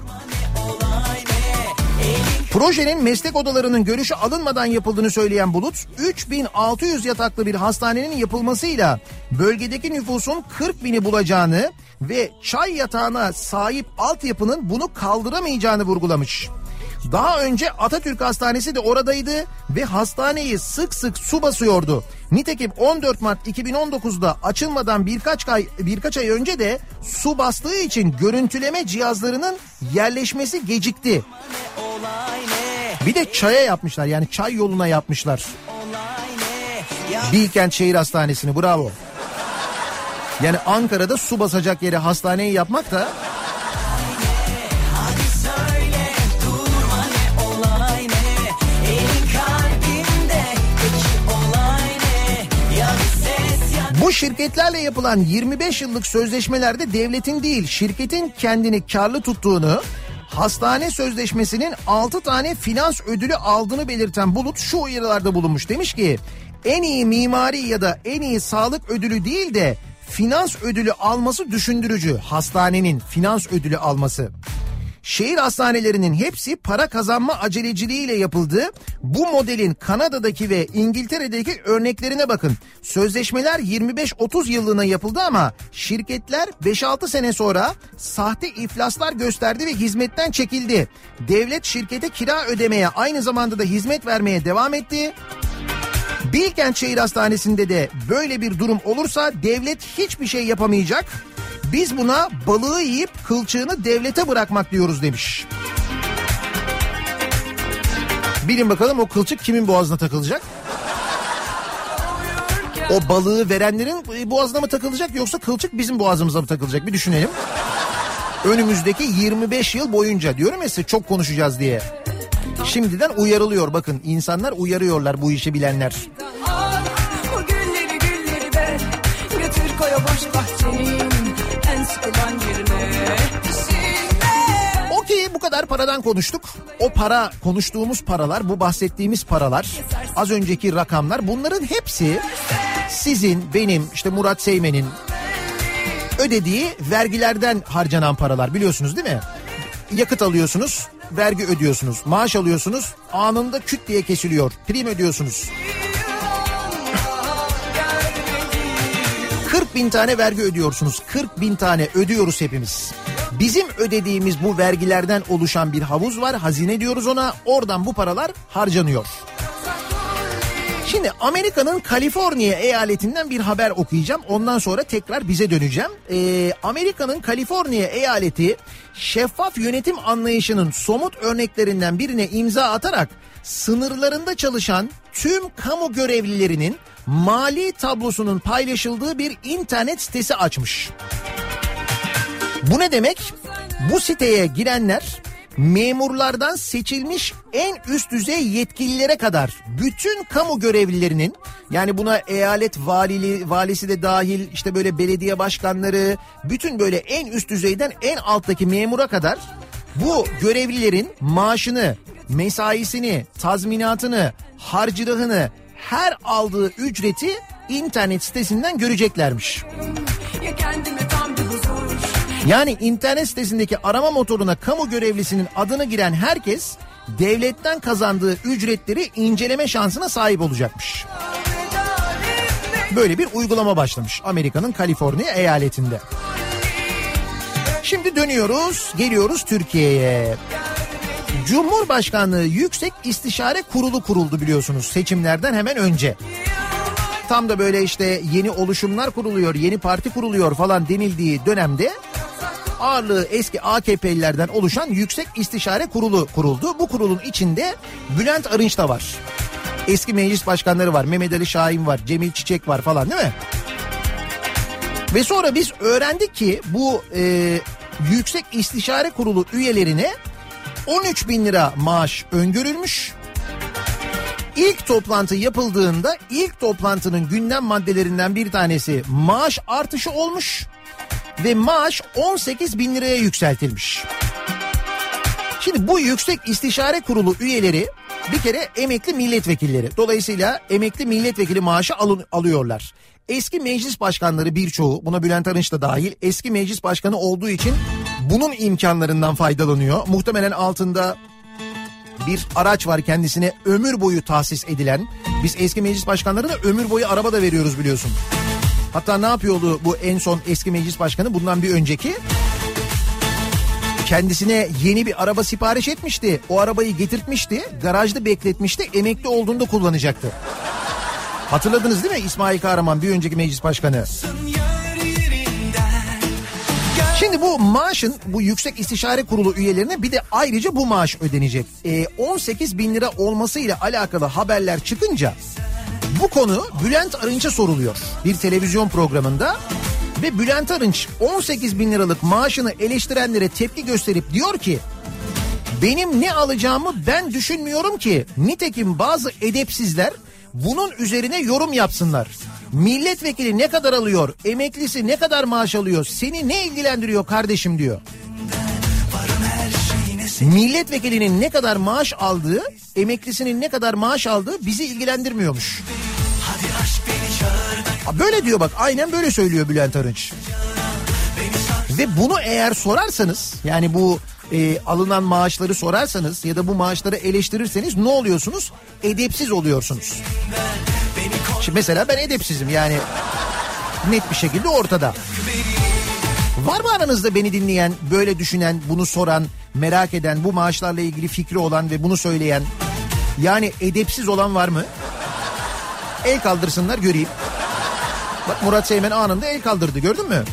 Projenin meslek odalarının görüşü alınmadan yapıldığını söyleyen Bulut, üç bin altı yüz yataklı bir hastanenin yapılmasıyla bölgedeki nüfusun kırk bini bulacağını ve çay yatağına sahip altyapının bunu kaldıramayacağını vurgulamış. Daha önce Atatürk Hastanesi de oradaydı ve hastaneyi sık sık su basıyordu. Nitekim on dört Mart iki bin on dokuzda açılmadan birkaç ay birkaç ay önce de su bastığı için görüntüleme cihazlarının yerleşmesi gecikti. Bir de çaya yapmışlar, yani çay yoluna yapmışlar Bilkent Şehir Hastanesi'ni, bravo. Yani Ankara'da su basacak yere hastaneyi yapmak da... Bu şirketlerle yapılan yirmi beş yıllık sözleşmelerde devletin değil şirketin kendini karlı tuttuğunu, hastane sözleşmesinin altı tane finans ödülü aldığını belirten Bulut şu uyarılarda bulunmuş. Demiş ki en iyi mimari ya da en iyi sağlık ödülü değil de finans ödülü alması düşündürücü, hastanenin finans ödülü alması. Şehir hastanelerinin hepsi para kazanma aceleciliğiyle yapıldı. Bu modelin Kanada'daki ve İngiltere'deki örneklerine bakın. Sözleşmeler yirmi beş otuz yıllığına yapıldı ama şirketler beş altı sene sonra sahte iflaslar gösterdi ve hizmetten çekildi. Devlet şirkete kira ödemeye, aynı zamanda da hizmet vermeye devam etti. Bilkent Şehir Hastanesi'nde de böyle bir durum olursa devlet hiçbir şey yapamayacak. Biz buna balığı yiyip kılçığını devlete bırakmak diyoruz demiş. Bilin bakalım o kılçık kimin boğazına takılacak? O balığı verenlerin boğazına mı takılacak yoksa kılçık bizim boğazımıza mı takılacak? Bir düşünelim. Önümüzdeki yirmi beş yıl boyunca, diyorum ya size çok konuşacağız diye. Şimdiden uyarılıyor, bakın insanlar uyarıyorlar, bu işi bilenler. O gülleri gülleri ver, götür koy o boş bahçenin en sıkılan yerine. Okey, bu kadar paradan konuştuk. O para, konuştuğumuz paralar, bu bahsettiğimiz paralar, az önceki rakamlar, bunların hepsi sizin, benim, işte Murat Seymen'in ödediği vergilerden harcanan paralar, biliyorsunuz değil mi? Yakıt alıyorsunuz, vergi ödüyorsunuz. Maaş alıyorsunuz, anında küt diye kesiliyor. Prim ödüyorsunuz. kırk bin tane vergi ödüyorsunuz. kırk bin tane ödüyoruz hepimiz. Bizim ödediğimiz bu vergilerden oluşan bir havuz var. Hazine diyoruz ona. Oradan bu paralar harcanıyor. Şimdi Amerika'nın Kaliforniya eyaletinden bir haber okuyacağım. Ondan sonra tekrar bize döneceğim. Ee, Amerika'nın Kaliforniya eyaleti şeffaf yönetim anlayışının somut örneklerinden birine imza atarak sınırlarında çalışan tüm kamu görevlilerinin mali tablosunun paylaşıldığı bir internet sitesi açmış. Bu ne demek? Bu siteye girenler memurlardan seçilmiş en üst düzey yetkililere kadar bütün kamu görevlilerinin, yani buna eyalet valili, valisi de dahil, işte böyle belediye başkanları, bütün böyle en üst düzeyden en alttaki memura kadar bu görevlilerin maaşını, mesaisini, tazminatını, harcırahını, her aldığı ücreti internet sitesinden göreceklermiş. Yani internet sitesindeki arama motoruna kamu görevlisinin adını giren herkes devletten kazandığı ücretleri inceleme şansına sahip olacakmış. Böyle bir uygulama başlamış Amerika'nın Kaliforniya eyaletinde. Şimdi dönüyoruz, geliyoruz Türkiye'ye. Cumhurbaşkanlığı Yüksek İstişare Kurulu kuruldu biliyorsunuz seçimlerden hemen önce. Tam da böyle işte yeni oluşumlar kuruluyor, yeni parti kuruluyor falan denildiği dönemde ağırlığı eski A K P'lilerden oluşan Yüksek İstişare Kurulu kuruldu. Bu kurulun içinde Bülent Arınç da var. Eski meclis başkanları var. Mehmet Ali Şahin var. Cemil Çiçek var falan, değil mi? Ve sonra biz öğrendik ki bu e, Yüksek İstişare Kurulu üyelerine on üç bin lira maaş öngörülmüş. İlk toplantı yapıldığında ilk toplantının gündem maddelerinden bir tanesi maaş artışı olmuş ve maaş on sekiz bin liraya yükseltilmiş. Şimdi bu Yüksek İstişare Kurulu üyeleri bir kere emekli milletvekilleri. Dolayısıyla emekli milletvekili maaşı alın, alıyorlar. Eski meclis başkanları birçoğu, buna Bülent Arınç da dahil, eski meclis başkanı olduğu için bunun imkanlarından faydalanıyor. Muhtemelen altında bir araç var kendisine ömür boyu tahsis edilen. Biz eski meclis başkanlarına ömür boyu araba da veriyoruz biliyorsun. Hatta ne yapıyordu bu en son eski meclis başkanı, bundan bir önceki? Kendisine yeni bir araba sipariş etmişti. O arabayı getirtmişti, garajda bekletmişti, emekli olduğunda kullanacaktı. Hatırladınız değil mi İsmail Kahraman, bir önceki meclis başkanı? Şimdi bu maaşın, bu Yüksek İstişare Kurulu üyelerine bir de ayrıca bu maaş ödenecek. Ee, on sekiz bin lira olmasıyla alakalı haberler çıkınca bu konu Bülent Arınç'a soruluyor bir televizyon programında. Ve Bülent Arınç on sekiz bin liralık maaşını eleştirenlere tepki gösterip diyor ki benim ne alacağımı ben düşünmüyorum ki, nitekim bazı edepsizler bunun üzerine yorum yapsınlar. Milletvekili ne kadar alıyor, emeklisi ne kadar maaş alıyor, seni ne ilgilendiriyor kardeşim diyor. Milletvekilinin ne kadar maaş aldığı, emeklisinin ne kadar maaş aldığı bizi ilgilendirmiyormuş. Böyle diyor bak, aynen böyle söylüyor Bülent Arınç. Ve bunu eğer sorarsanız, yani bu e, alınan maaşları sorarsanız ya da bu maaşları eleştirirseniz ne oluyorsunuz? Edepsiz oluyorsunuz. Şimdi mesela ben edepsizim, yani net bir şekilde ortada. Var mı aranızda beni dinleyen, böyle düşünen, bunu soran, merak eden, bu maaşlarla ilgili fikri olan ve bunu söyleyen, yani edepsiz olan var mı? El kaldırsınlar göreyim. Bak Murat Seymen anında el kaldırdı, gördün mü?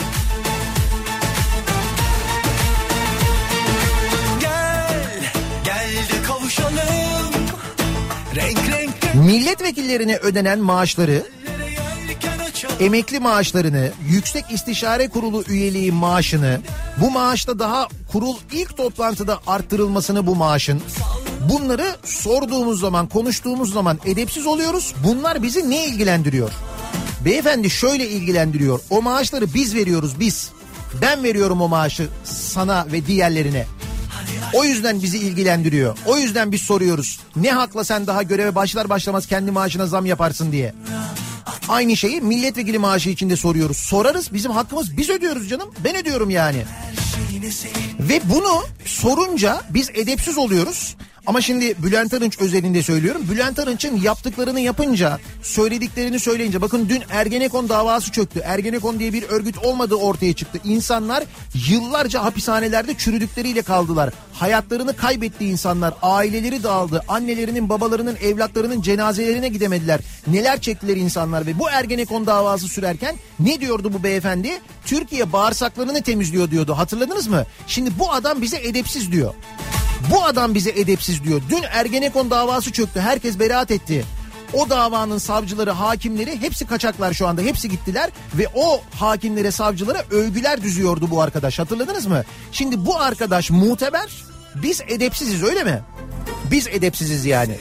Gel, gel de kavuşalım. Renk renk. Milletvekillerine ödenen maaşları, emekli maaşlarını, Yüksek İstişare Kurulu üyeliği maaşını, bu maaşta daha kurul ilk toplantıda arttırılmasını bu maaşın, bunları sorduğumuz zaman, konuştuğumuz zaman edepsiz oluyoruz. Bunlar bizi ne ilgilendiriyor? Beyefendi şöyle ilgilendiriyor. O maaşları biz veriyoruz, biz. Ben veriyorum o maaşı sana ve diğerlerine. O yüzden bizi ilgilendiriyor. O yüzden biz soruyoruz. Ne hakla sen daha göreve başlar başlamaz kendi maaşına zam yaparsın diye. Aynı şeyi milletvekili maaşı için de soruyoruz. Sorarız, bizim hakkımız, biz ödüyoruz canım. Ben ödüyorum yani. Ve bunu sorunca biz edepsiz oluyoruz. Ama şimdi Bülent Arınç özelinde söylüyorum. Bülent Arınç'ın yaptıklarını yapınca, söylediklerini söyleyince, bakın dün Ergenekon davası çöktü. Ergenekon diye bir örgüt olmadığı ortaya çıktı. İnsanlar yıllarca hapishanelerde çürüdükleriyle kaldılar. Hayatlarını kaybetti insanlar. Aileleri dağıldı. Annelerinin, babalarının, evlatlarının cenazelerine gidemediler. Neler çektiler insanlar ve bu Ergenekon davası sürerken ne diyordu bu beyefendi? Türkiye bağırsaklarını temizliyor diyordu. Hatırladınız mı? Şimdi bu adam bize edepsiz diyor. Bu adam bize edepsiz diyor. Dün Ergenekon davası çöktü. Herkes beraat etti. O davanın savcıları, hakimleri hepsi kaçaklar şu anda. Hepsi gittiler ve o hakimlere, savcılara övgüler düzüyordu bu arkadaş. Hatırladınız mı? Şimdi bu arkadaş muteber, biz edepsiziz, öyle mi? Biz edepsiziz yani.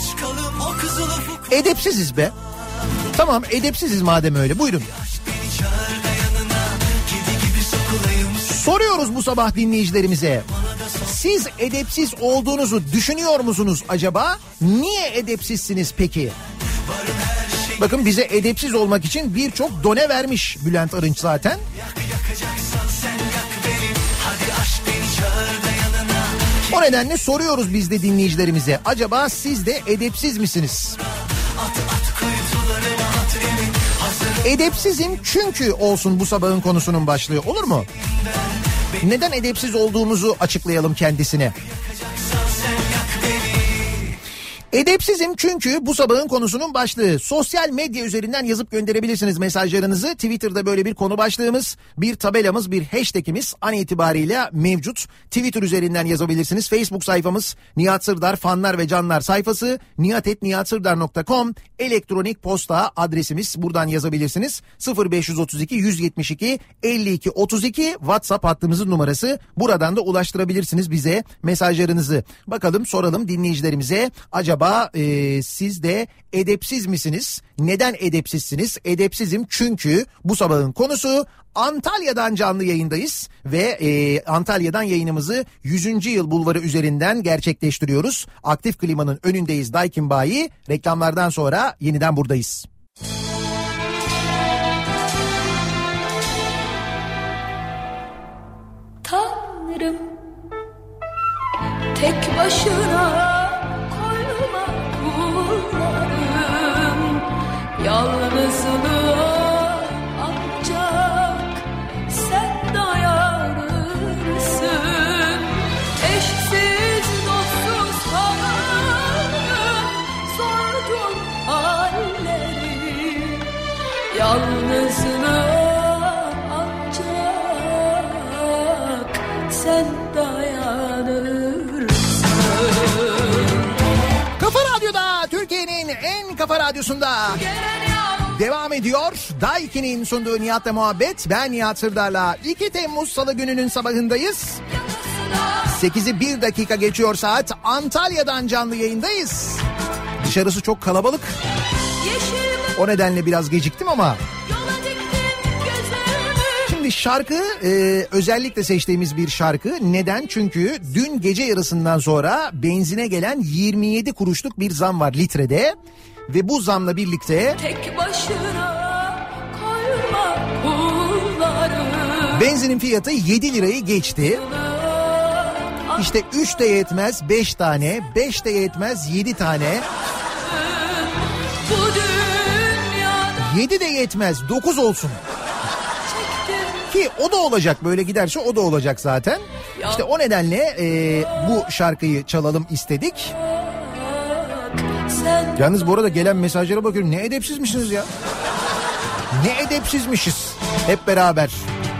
Edepsiziz be. Tamam, edepsiziz madem öyle. Buyurun. Soruyoruz bu sabah dinleyicilerimize. Siz edepsiz olduğunuzu düşünüyor musunuz acaba? Niye edepsizsiniz peki? Bakın bize edepsiz olmak için birçok done vermiş Bülent Arınç zaten. O nedenle soruyoruz biz de dinleyicilerimize. Acaba siz de edepsiz misiniz? Edepsizim çünkü olsun bu sabahın konusunun başlığı, olur mu? Neden edepsiz olduğumuzu açıklayalım kendisine. Edepsizim çünkü bu sabahın konusunun başlığı. Sosyal medya üzerinden yazıp gönderebilirsiniz mesajlarınızı. Twitter'da böyle bir konu başlığımız, bir tabelamız, bir hashtagimiz an itibariyle mevcut. Twitter üzerinden yazabilirsiniz. Facebook sayfamız Nihat Sırdar fanlar ve canlar sayfası, nihat et nihat sırdar nokta com, elektronik posta adresimiz, buradan yazabilirsiniz. sıfır beş otuz iki yüz yetmiş iki elli iki otuz iki WhatsApp hattımızın numarası. Buradan da ulaştırabilirsiniz bize mesajlarınızı. Bakalım, soralım dinleyicilerimize. Acaba e, siz de edepsiz misiniz? Neden edepsizsiniz? Edepsizim çünkü bu sabahın konusu. Antalya'dan canlı yayındayız ve e, Antalya'dan yayınımızı yüzüncü yıl bulvarı üzerinden gerçekleştiriyoruz. Aktif klimanın önündeyiz Daikin Bayi. Reklamlardan sonra yeniden buradayız. Tanrım, tek başına koyma kullarım, yalnızlığa ancak sen dayanırsın. Eşsiz dostsuz halım, sordum halleri, yalnızlığa sen dayanırsın. Kafa Radyo'da, Türkiye'nin en kafa radyosunda devam ediyor. Daiki'nin sunduğu Nihat'la muhabbet. Ben Nihat Sırdar'la iki Temmuz Salı gününün sabahındayız. sekizi bir dakika geçiyor saat. Antalya'dan canlı yayındayız. Dışarısı çok kalabalık. O nedenle biraz geciktim ama... Şimdi şarkı e, özellikle seçtiğimiz bir şarkı. Neden? Çünkü dün gece yarısından sonra benzine gelen yirmi yedi kuruşluk bir zam var litrede. Ve bu zamla birlikte tek başına koyma kullarım, benzinin fiyatı yedi lirayı geçti. İşte üç de yetmez beş tane, beş de yetmez yedi tane, yedi de yetmez dokuz olsun. Ki o da olacak, böyle giderse o da olacak zaten. İşte o nedenle e, bu şarkıyı çalalım istedik. Yalnız bu arada gelen mesajlara bakıyorum, ne edepsizmişsiniz ya. Ne edepsizmişiz hep beraber.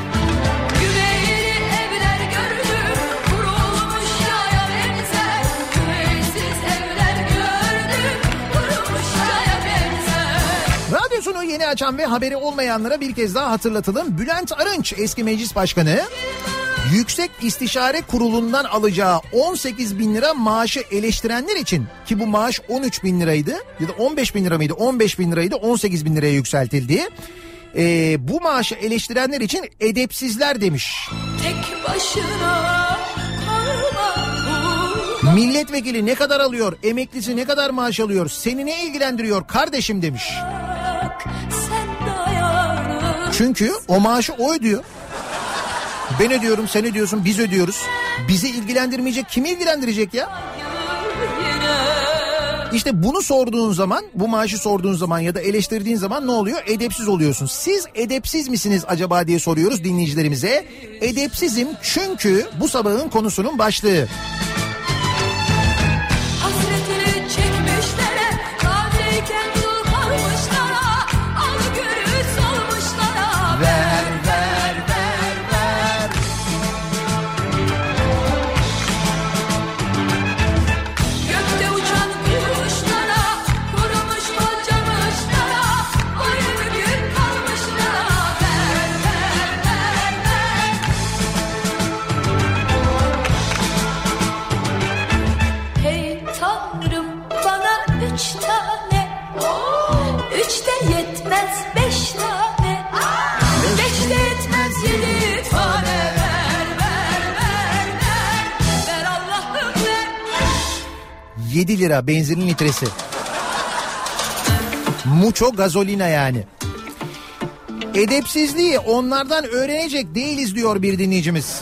Radyosunu yeni açan ve haberi olmayanlara bir kez daha hatırlatalım. Bülent Arınç eski meclis başkanı Yüksek İstişare Kurulu'ndan alacağı on sekiz bin lira maaşı eleştirenler için, ki bu maaş on üç bin liraydı ya da on beş bin lira mıydı, on beş bin liraydı, on sekiz bin liraya yükseltildi. Ee, bu maaşı eleştirenler için edepsizler demiş. Tek başına milletvekili ne kadar alıyor, emeklisi ne kadar maaş alıyor, seni ne ilgilendiriyor kardeşim demiş. Çünkü o maaşı o ödüyor. Ben ödüyorum, sen ödüyorsun, biz ödüyoruz. Bizi ilgilendirmeyecek, kimi ilgilendirecek ya? İşte bunu sorduğun zaman, bu maaşı sorduğun zaman ya da eleştirdiğin zaman ne oluyor? Edepsiz oluyorsun. Siz edepsiz misiniz acaba diye soruyoruz dinleyicilerimize. Edepsizim çünkü bu sabahın konusunun başlığı. Hasretini çekmişlere, kavleyken dul kalmışlara, al gülü solmuşlara. Ver, ver, ver, ver. Gökte uçan kuşlara, kurumuş kocamışlara, boyun gün kalmışlara. Ver, ver, ver, ver. Hey Tanrım, bana üç tane, üç de yetmez beş tane, beş de yetmez yedi tane. Ver, ver, ver, ver, ver Allah'ım ver. yedi lira benzinin litresi. Mucho gazolina yani. Edepsizliği onlardan öğrenecek değiliz diyor bir dinleyicimiz.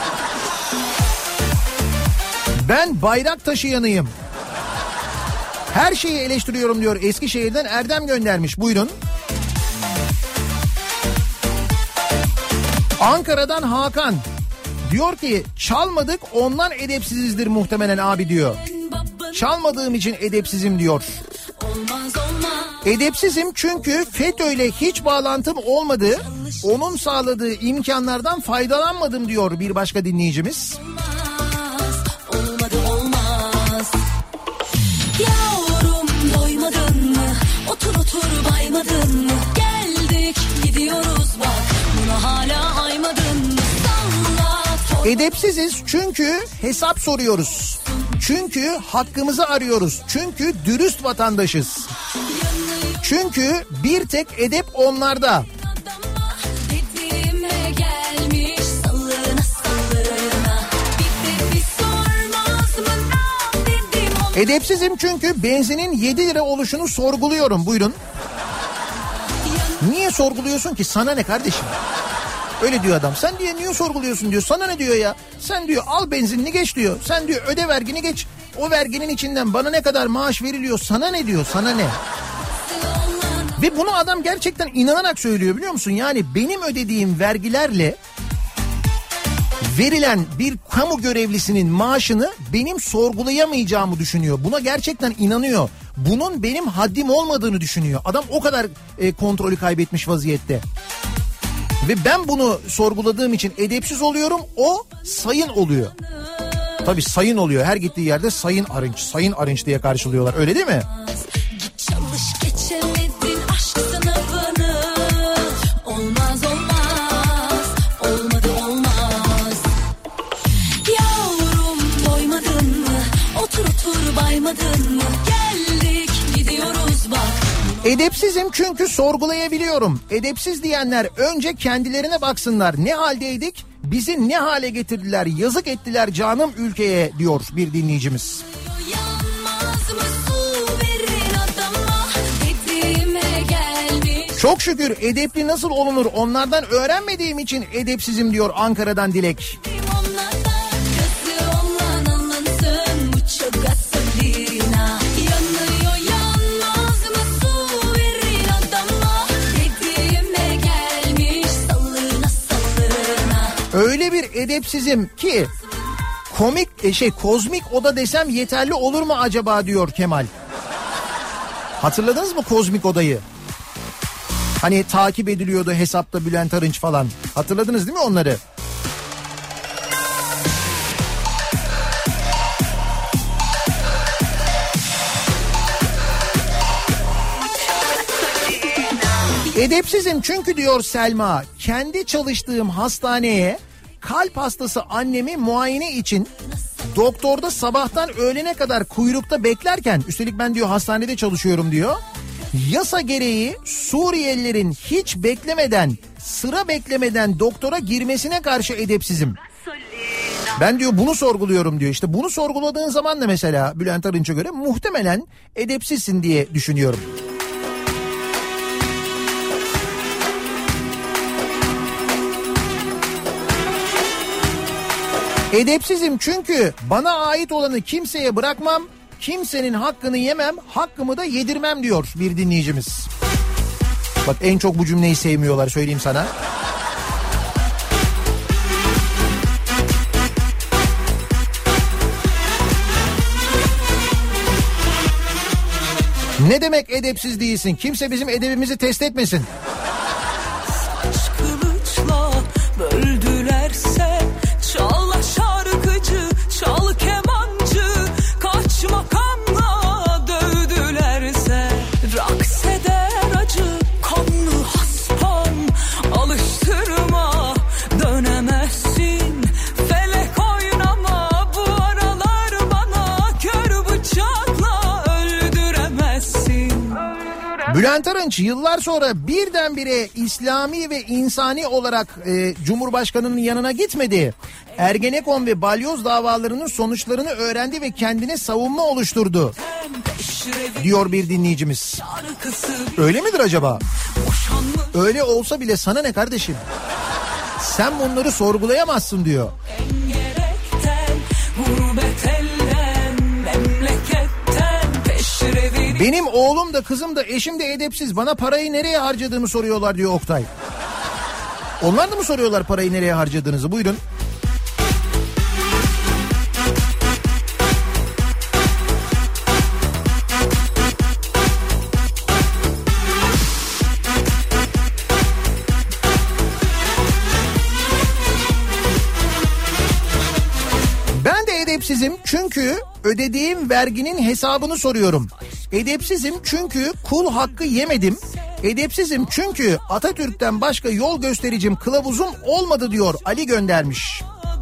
Ben bayrak taşıyanıyım. Her şeyi eleştiriyorum diyor. Eskişehir'den Erdem göndermiş. Buyurun. Ankara'dan Hakan diyor ki çalmadık ondan edepsizizdir muhtemelen abi diyor. Çalmadığım için edepsizim diyor. Olmaz olmaz. Edepsizim çünkü FETÖ'yle hiç bağlantım olmadı. Onun sağladığı imkanlardan faydalanmadım diyor bir başka dinleyicimiz. Olmadı olmaz. Yavrum doymadın mı? Otur otur baymadın mı? Geldik gidiyoruz bak. Buna hala aymadın mı? Salla. Edepsiziz çünkü hesap soruyoruz. Çünkü hakkımızı arıyoruz. Çünkü dürüst vatandaşız. Çünkü bir tek edep onlarda. Dediğime gelmiş sallına sallına. Bir de bir sormaz mı? Ne dedim ona? Edepsizim çünkü benzinin yedi lira oluşunu sorguluyorum. Buyurun. Niye sorguluyorsun ki? Sana ne kardeşim? Öyle diyor adam. Sen diye niye sorguluyorsun diyor. Sana ne diyor ya? Sen diyor al benzinini geç diyor. Sen diyor öde vergini geç. O verginin içinden bana ne kadar maaş veriliyor? Sana ne diyor? Sana ne? Ve bunu adam gerçekten inanarak söylüyor biliyor musun? Yani benim ödediğim vergilerle verilen bir kamu görevlisinin maaşını benim sorgulayamayacağımı düşünüyor. Buna gerçekten inanıyor. Bunun benim haddim olmadığını düşünüyor. Adam o kadar e, kontrolü kaybetmiş vaziyette. Ve ben bunu sorguladığım için edepsiz oluyorum. O sayın oluyor. Tabii sayın oluyor. Her gittiği yerde sayın Arınç, sayın Arınç diye karşılıyorlar. Öyle değil mi? Git çalış geçemedin aşk sınavını. Olmaz olmaz. Olmadı olmaz. Yavrum doymadın mı? Otur otur baymadın mı? Geldik gidiyoruz bak. Edepsizim çünkü sorgulayabiliyorum. Edepsiz diyenler önce kendilerine baksınlar. Ne haldeydik? Bizi ne hale getirdiler? Yazık ettiler canım ülkeye diyor bir dinleyicimiz. Yanmaz mı su verin adama? Dediğime gelmiş. Çok şükür edepli nasıl olunur onlardan öğrenmediğim için edepsizim diyor Ankara'dan Dilek. Onlardan gözü olan alınsın bu çok gasolina. Yanıyor yanmaz mı su verin adama? Dediğime gelmiş sallına sallına. Öyle bir edepsizim ki komik e, şey kozmik oda desem yeterli olur mu acaba diyor Kemal. Hatırladınız mı kozmik odayı? Hani takip ediliyordu hesapta Bülent Arınç falan. Hatırladınız değil mi onları? Edepsizim çünkü diyor Selma, kendi çalıştığım hastaneye kalp hastası annemi muayene için doktorda sabahtan öğlene kadar kuyrukta beklerken, üstelik ben diyor hastanede çalışıyorum diyor. Yasa gereği Suriyelilerin hiç beklemeden, sıra beklemeden doktora girmesine karşı edepsizim. Ben diyor bunu sorguluyorum diyor. İşte bunu sorguladığın zaman da mesela Bülent Arınç'a göre muhtemelen edepsizsin diye düşünüyorum. Edepsizim çünkü bana ait olanı kimseye bırakmam, Kimsenin hakkını yemem, hakkımı da yedirmem diyor bir dinleyicimiz. Bak en çok bu cümleyi sevmiyorlar, söyleyeyim sana. Ne demek edepsiz değilsin? Kimse bizim edebimizi test etmesin. Saç kılıçla böldülerse çal şarkıcı, çal kemancı, kaç makamla dövdülerse raks eder acı, kanlı haspam alıştırma, dönemezsin felek oynama, bu aralar bana kör bıçakla öldüremezsin. Bülent Arınç yıllar sonra birdenbire İslami ve insani olarak e, Cumhurbaşkanı'nın yanına gitmedi. Ergenekon ve balyoz davalarının sonuçlarını öğrendi ve kendine savunma oluşturdu diyor bir dinleyicimiz. Öyle midir acaba? Öyle olsa bile sana ne kardeşim? Sen bunları sorgulayamazsın diyor. Benim oğlum da kızım da eşim de edepsiz. Bana parayı nereye harcadığımı soruyorlar diyor Oktay. Onlar da mı soruyorlar parayı nereye harcadığınızı? Buyurun. Ben de edepsizim çünkü ödediğim verginin hesabını soruyorum. Edepsizim çünkü kul hakkı yemedim. Edepsizim çünkü Atatürk'ten başka yol göstericim, kılavuzum olmadı diyor Ali göndermiş.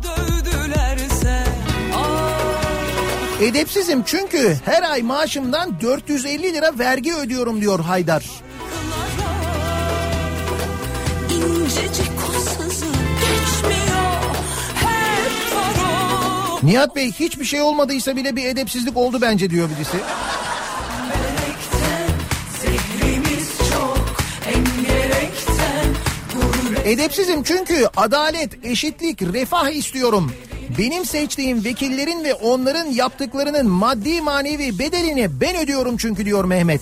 Edepsizim çünkü her ay maaşımdan dört yüz elli lira vergi ödüyorum diyor Haydar. Nihat Bey hiçbir şey olmadıysa bile bir edepsizlik oldu bence diyor birisi. Edepsizim çünkü adalet, eşitlik, refah istiyorum. Benim seçtiğim vekillerin ve onların yaptıklarının maddi manevi bedelini ben ödüyorum çünkü diyor Mehmet.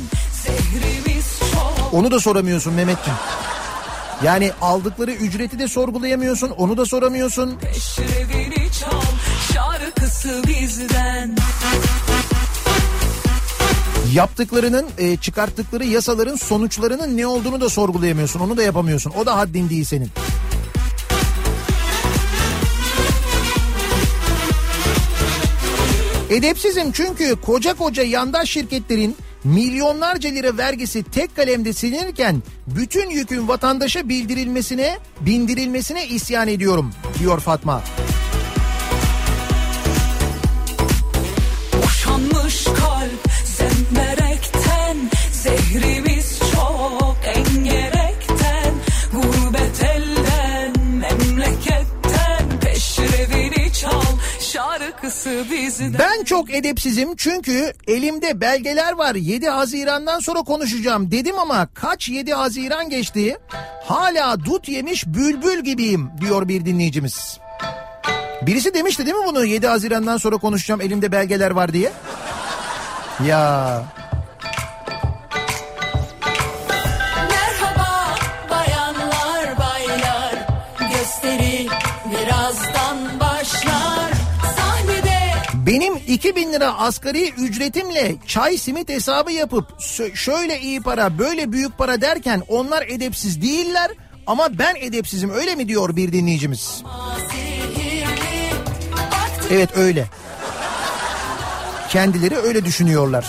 Onu da soramıyorsun Mehmetciğim. Yani aldıkları ücreti de sorgulayamıyorsun, onu da soramıyorsun. Peşrevini çal, şarkısı bizden. Yaptıklarının, e, çıkarttıkları yasaların sonuçlarının ne olduğunu da sorgulayamıyorsun, onu da yapamıyorsun. O da haddin değil senin. Edepsizim çünkü koca koca yandaş şirketlerin milyonlarca lira vergisi tek kalemde silinirken bütün yükün vatandaşa bildirilmesine, bindirilmesine isyan ediyorum diyor Fatma. Boşanmış kalp zemberekten, zehrimiz çok engerekten, gurbet elden, memleketten, peşrevini çal, şarkısı bizden. Ben çok edepsizim çünkü elimde belgeler var. yedi Haziran'dan sonra konuşacağım dedim ama kaç yedi Haziran geçti? Hala dut yemiş bülbül gibiyim diyor bir dinleyicimiz. Birisi demişti değil mi bunu? yedi Haziran'dan sonra konuşacağım, elimde belgeler var diye. Ya... Merhaba bayanlar baylar, gösteri birazdan başlar. Sahnede benim iki bin lira asgari ücretimle çay simit hesabı yapıp şöyle iyi para böyle büyük para derken onlar edepsiz değiller ama ben edepsizim, öyle mi diyor bir dinleyicimiz? Evet öyle. Kendileri öyle düşünüyorlar.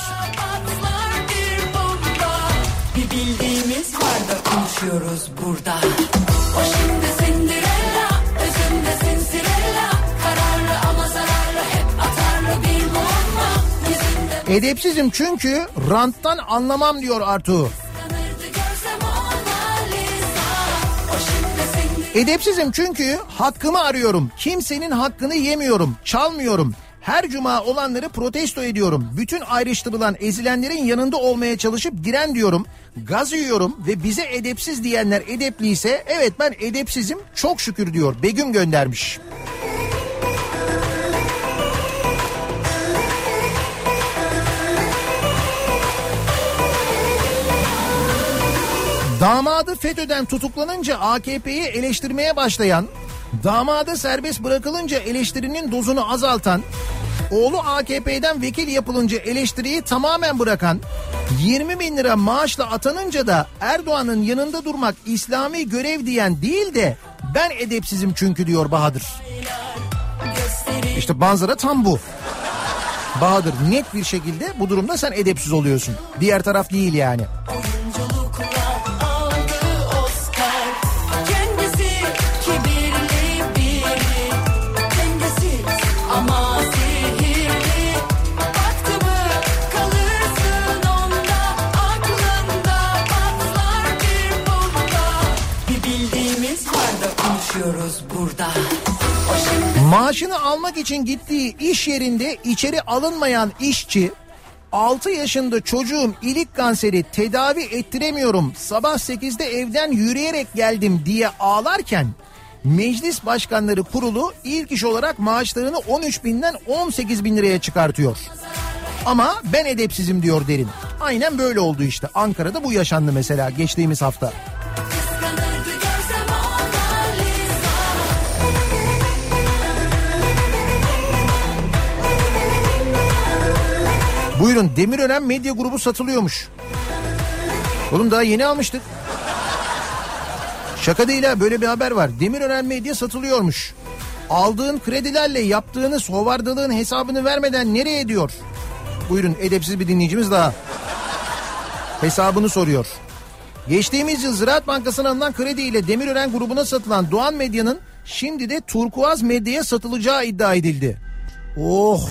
bir bildiğimiz var da konuşuyoruz burada. O şimdi Cinderella, özünde Cinderella, kararlı ama zararlı, hep atarlı bir muamma. Yüzünde... Edepsizim çünkü ranttan anlamam diyor Artu. Edepsizim çünkü hakkımı arıyorum. Kimsenin hakkını yemiyorum, çalmıyorum. Her cuma olanları protesto ediyorum. Bütün ayrıştırılan, ezilenlerin yanında olmaya çalışıp diren diyorum. Gaz yiyorum ve bize edepsiz diyenler edepliyse evet ben edepsizim çok şükür diyor. Begüm göndermiş. Damadı FETÖ'den tutuklanınca A K P'yi eleştirmeye başlayan, damadı serbest bırakılınca eleştirinin dozunu azaltan, oğlu A K P'den vekil yapılınca eleştiriyi tamamen bırakan, yirmi bin lira maaşla atanınca da Erdoğan'ın yanında durmak İslami görev diyen değil de ben edepsizim çünkü diyor Bahadır. İşte manzara tam bu. Bahadır net bir şekilde bu durumda sen edepsiz oluyorsun. Diğer taraf değil yani. Burada. Maaşını almak için gittiği iş yerinde içeri alınmayan işçi, altı yaşında çocuğum ilik kanseri tedavi ettiremiyorum, sabah sekizde evden yürüyerek geldim diye ağlarken Meclis Başkanları Kurulu ilk iş olarak maaşlarını on üç binden on sekiz bin liraya çıkartıyor. Ama ben edepsizim diyor Derin. Aynen böyle oldu işte. Ankara'da bu yaşandı mesela geçtiğimiz hafta. Buyurun, Demirören Medya Grubu satılıyormuş. Oğlum daha yeni almıştık. Şaka değil ha, böyle bir haber var. Demirören Medya satılıyormuş. Aldığın kredilerle yaptığınız hovardalığın hesabını vermeden nereye diyor. Buyurun, edepsiz bir dinleyicimiz daha. Hesabını soruyor. Geçtiğimiz yıl Ziraat Bankası'na alınan krediyle Demirören grubuna satılan Doğan Medya'nın şimdi de Turkuaz Medya'ya satılacağı iddia edildi. Oh!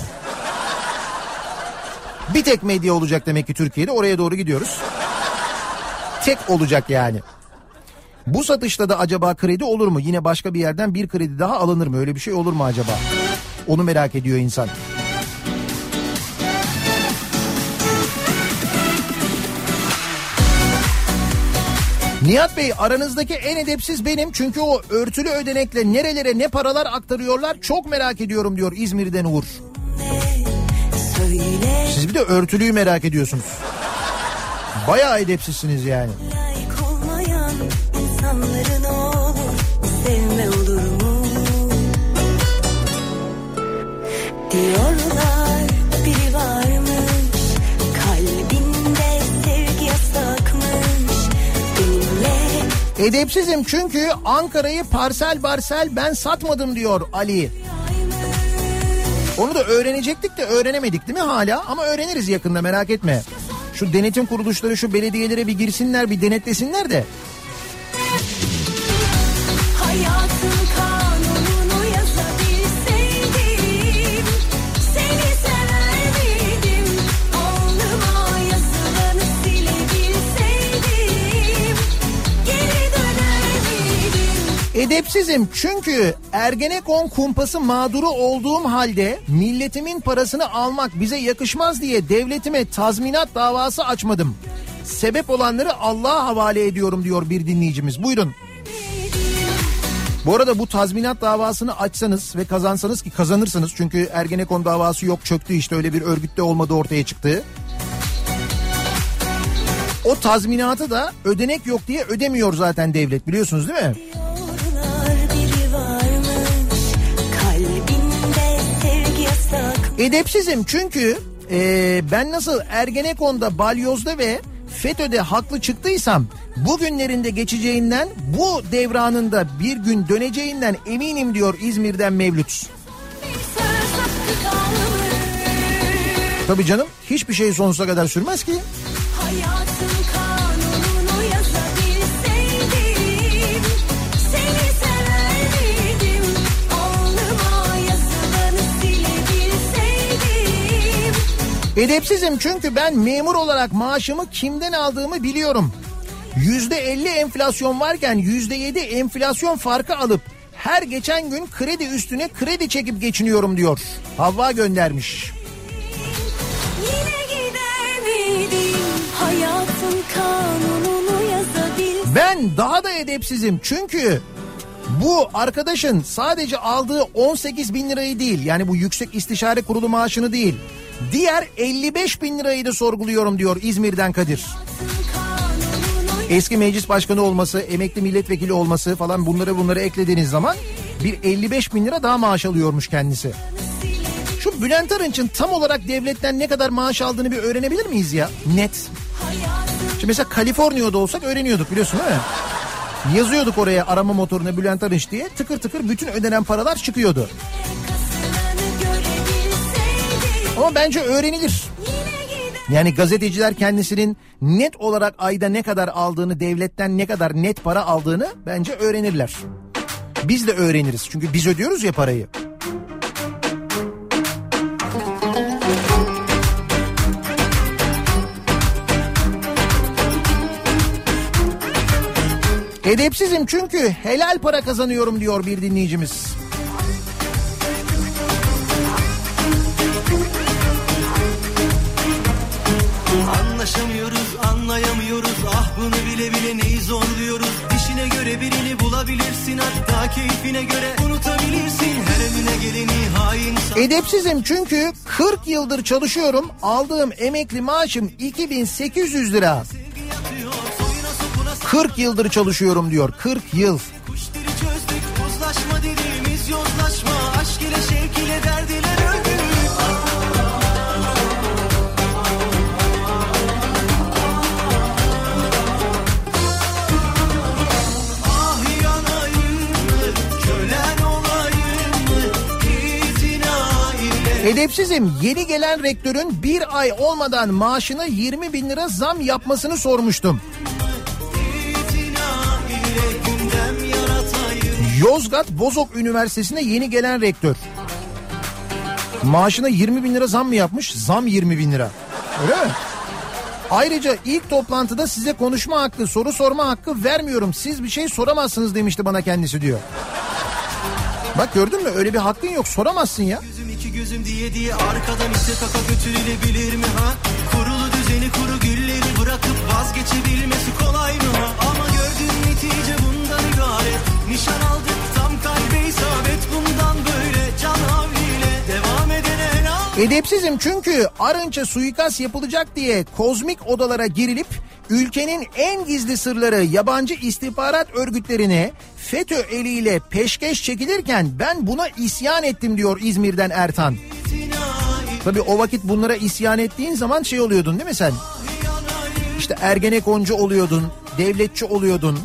Bir tek medya olacak demek ki Türkiye'de, oraya doğru gidiyoruz. Tek olacak yani. Bu satışta da acaba kredi olur mu? Yine başka bir yerden bir kredi daha alınır mı? Öyle bir şey olur mu acaba? Onu merak ediyor insan. Nihat Bey, aranızdaki en edepsiz benim çünkü o örtülü ödenekle nerelere ne paralar aktarıyorlar çok merak ediyorum diyor İzmir'den Uğur. Siz bir de örtülüyü merak ediyorsunuz. Bayağı edepsizsiniz yani. Layık olmayan insanların olur, sevme olur mu? Diyorlar biri varmış, kalbinde sevgi yasakmış. Benimle... Edepsizim çünkü Ankara'yı parsel parsel ben satmadım diyor Ali. Onu da öğrenecektik de öğrenemedik değil mi hala? Ama öğreniriz yakında, merak etme. Şu denetim kuruluşları şu belediyelere bir girsinler, bir denetlesinler de. Hayatın kanununu yazabilseydim, seni sever miydim? Alnıma yazılanı silebilseydim, geri döner miydim? Edepsizim çünkü Ergenekon kumpası mağduru olduğum halde milletimin parasını almak bize yakışmaz diye devletime tazminat davası açmadım. Sebep olanları Allah'a havale ediyorum diyor bir dinleyicimiz. Buyurun. Bu arada bu tazminat davasını açsanız ve kazansanız, ki kazanırsınız çünkü Ergenekon davası yok, çöktü işte, öyle bir örgütte olmadığı ortaya çıktı. O tazminatı da ödenek yok diye ödemiyor zaten devlet, biliyorsunuz değil mi? Edepsizim çünkü e, ben nasıl Ergenekon'da, Balyoz'da ve FETÖ'de haklı çıktıysam bugünlerinde geçeceğinden, bu devranın da bir gün döneceğinden eminim diyor İzmir'den Mevlüt. Tabii canım, hiçbir şey sonsuza kadar sürmez ki. Hayatın kanununu yazabilseydim, seni sever miydim? Alnıma yazılanı silebilseydim. Edepsizim çünkü ben memur olarak maaşımı kimden aldığımı biliyorum. yüzde elli enflasyon varken yüzde yedi enflasyon farkı alıp her geçen gün kredi üstüne kredi çekip geçiniyorum diyor. Havva göndermiş. Yine gider miydim? Hayatın kanununu yazabilseydim. Ben daha da edepsizim çünkü bu arkadaşın sadece aldığı on sekiz bin lirayı değil, yani bu Yüksek İstişare Kurulu maaşını değil, diğer elli beş bin lirayı da sorguluyorum diyor İzmir'den Kadir. eski meclis başkanı olması, emekli milletvekili olması falan bunları bunları eklediğiniz zaman bir elli beş bin lira daha maaş alıyormuş kendisi. Şu Bülent Arınç'ın tam olarak devletten ne kadar maaş aldığını bir öğrenebilir miyiz ya? Net. Şimdi mesela Kaliforniya'da olsak öğreniyorduk, biliyorsun değil mi? Yazıyorduk oraya arama motoruna Bülent Arınç diye, tıkır tıkır bütün ödenen paralar çıkıyordu. Ama bence öğrenilir. Yani gazeteciler kendisinin net olarak ayda ne kadar aldığını, devletten ne kadar net para aldığını bence öğrenirler. Biz de öğreniriz çünkü biz ödüyoruz ya parayı. Edepsizim çünkü helal para kazanıyorum diyor bir dinleyicimiz. Anlaşamıyoruz, anlayamıyoruz. Ah bunu bile bile neyi zorluyoruz. Dişine göre birini bulabilirsin, hatta keyfine göre unutabilirsin. Her önüne geleni hain. Edepsizim çünkü kırk yıldır çalışıyorum. Aldığım emekli maaşım iki bin sekiz yüz lira. kırk yıldır çalışıyorum diyor. kırk yıl. Kuşları çözdük, uzlaşma dediğimiz yozlaşma. Aşk ile şevk ile derdiler öldük. Ah yanayım, kölen olayım, itina ile. Edepsizim, yeni gelen rektörün bir ay olmadan maaşına yirmi bin lira zam yapmasını sormuştum. Yozgat Bozok Üniversitesi'ne yeni gelen rektör. Maaşına yirmi bin lira zam mı yapmış? Zam yirmi bin lira. Öyle mi? Ayrıca ilk toplantıda size konuşma hakkı, soru sorma hakkı vermiyorum. Siz bir şey soramazsınız demişti bana kendisi diyor. Bak gördün mü? Öyle bir hakkın yok. Soramazsın ya. Gözüm iki gözüm diye diye arkadan ise kaka götürülebilir mi ha? Kurulu düzeni kuru gülleri bırakıp vazgeçebilmesi kolay mı ha? Ama gördüğün netice bundan ibaret. Nişan aldık tam kalbe isabet, bundan böyle can havliyle devam edene helal. Edepsizim çünkü Arınç'a suikast yapılacak diye kozmik odalara girilip ülkenin en gizli sırları yabancı istihbarat örgütlerine FETÖ eliyle peşkeş çekilirken ben buna isyan ettim diyor İzmir'den Ertan. Tabii o vakit bunlara isyan ettiğin zaman şey oluyordun değil mi sen? İşte Ergenekoncu oluyordun, devletçi oluyordun.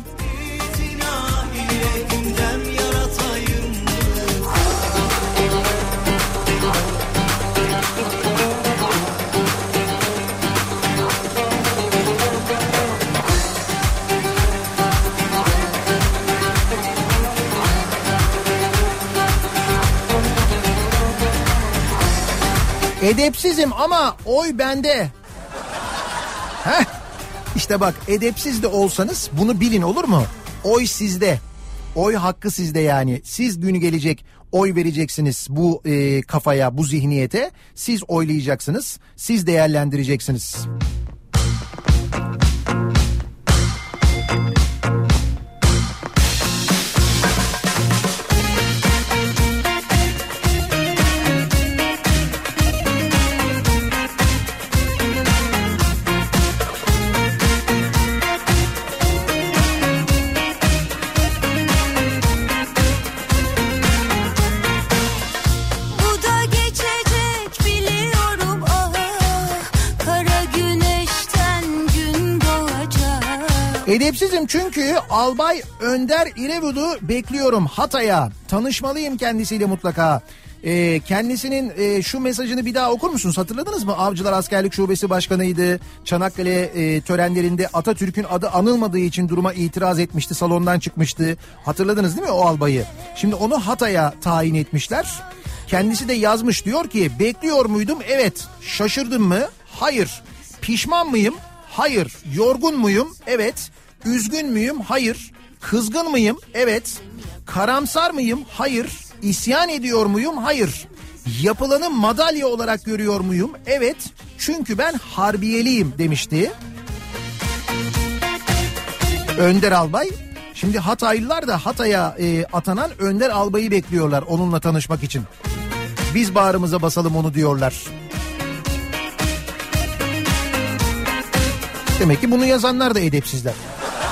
Edepsizim ama oy bende. Heh. İşte bak, edepsiz de olsanız bunu bilin, olur mu? Oy sizde. Oy hakkı sizde yani. Siz günü gelecek oy vereceksiniz bu e, kafaya, bu zihniyete. Siz oylayacaksınız. Siz değerlendireceksiniz. Edepsizim çünkü Albay Önder İrevud'u bekliyorum Hatay'a. Tanışmalıyım kendisiyle mutlaka. Ee, kendisinin e, şu mesajını bir daha okur musunuz? Hatırladınız mı? Avcılar Askerlik Şubesi Başkanı'ydı. Çanakkale e, törenlerinde Atatürk'ün adı anılmadığı için duruma itiraz etmişti. Salondan çıkmıştı. Hatırladınız değil mi o albayı? Şimdi onu Hatay'a tayin etmişler. Kendisi de yazmış, diyor ki bekliyor muydum? Evet. Şaşırdım mı? Hayır. Pişman mıyım? Hayır. Yorgun muyum? Evet. Üzgün müyüm? Hayır. Kızgın mıyım? Evet. Karamsar mıyım? Hayır. İsyan ediyor muyum? Hayır. Yapılanı madalya olarak görüyor muyum? Evet. Çünkü ben harbiyeliyim demişti Önder Albay. Şimdi Hataylılar da Hatay'a e, atanan Önder Albay'ı bekliyorlar onunla tanışmak için. Biz bağrımıza basalım onu diyorlar. Demek ki bunu yazanlar da edepsizler.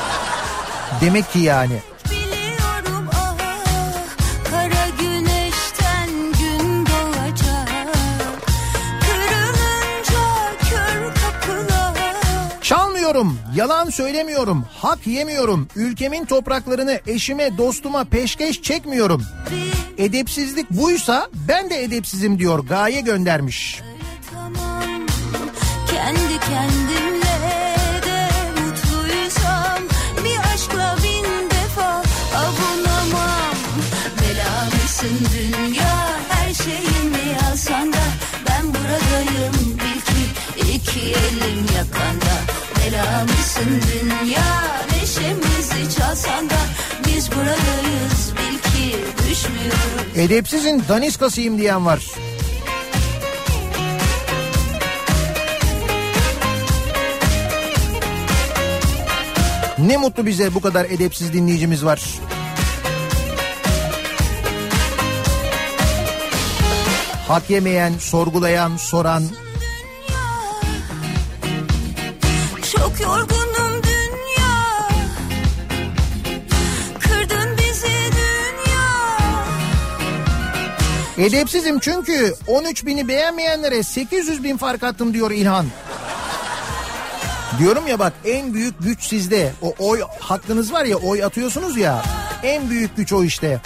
Demek ki yani. Biliyorum ah, kara güneşten gün doğacak. Kırılınca kör kapılar. Çalmıyorum, yalan söylemiyorum, hak yemiyorum, ülkemin topraklarını eşime, dostuma peşkeş çekmiyorum. Edepsizlik buysa ben de edepsizim diyor, Gaye göndermiş. Tamam, kendi kendimle de mutluysam bir aşkla bin defa avunamam. Bela mısın dünya, her şeyimi alsan da ben buradayım bil ki iki elim yakanda. Bela mısın dünya, neşemizi çalsan da biz buradayız bil ki düşmüyoruz. Edepsizin daniskasıyım diyen var. Ne mutlu bize, bu kadar edepsiz dinleyicimiz var. Hak yemeyen, sorgulayan, soran. Çok yorgunum dünya, kırdın bizi dünya. Edepsizim çünkü on üç bini beğenmeyenlere sekiz yüz bin fark attım diyor İlhan. Diyorum ya bak, en büyük güç sizde. O oy hakkınız var ya, oy atıyorsunuz ya. En büyük güç o işte.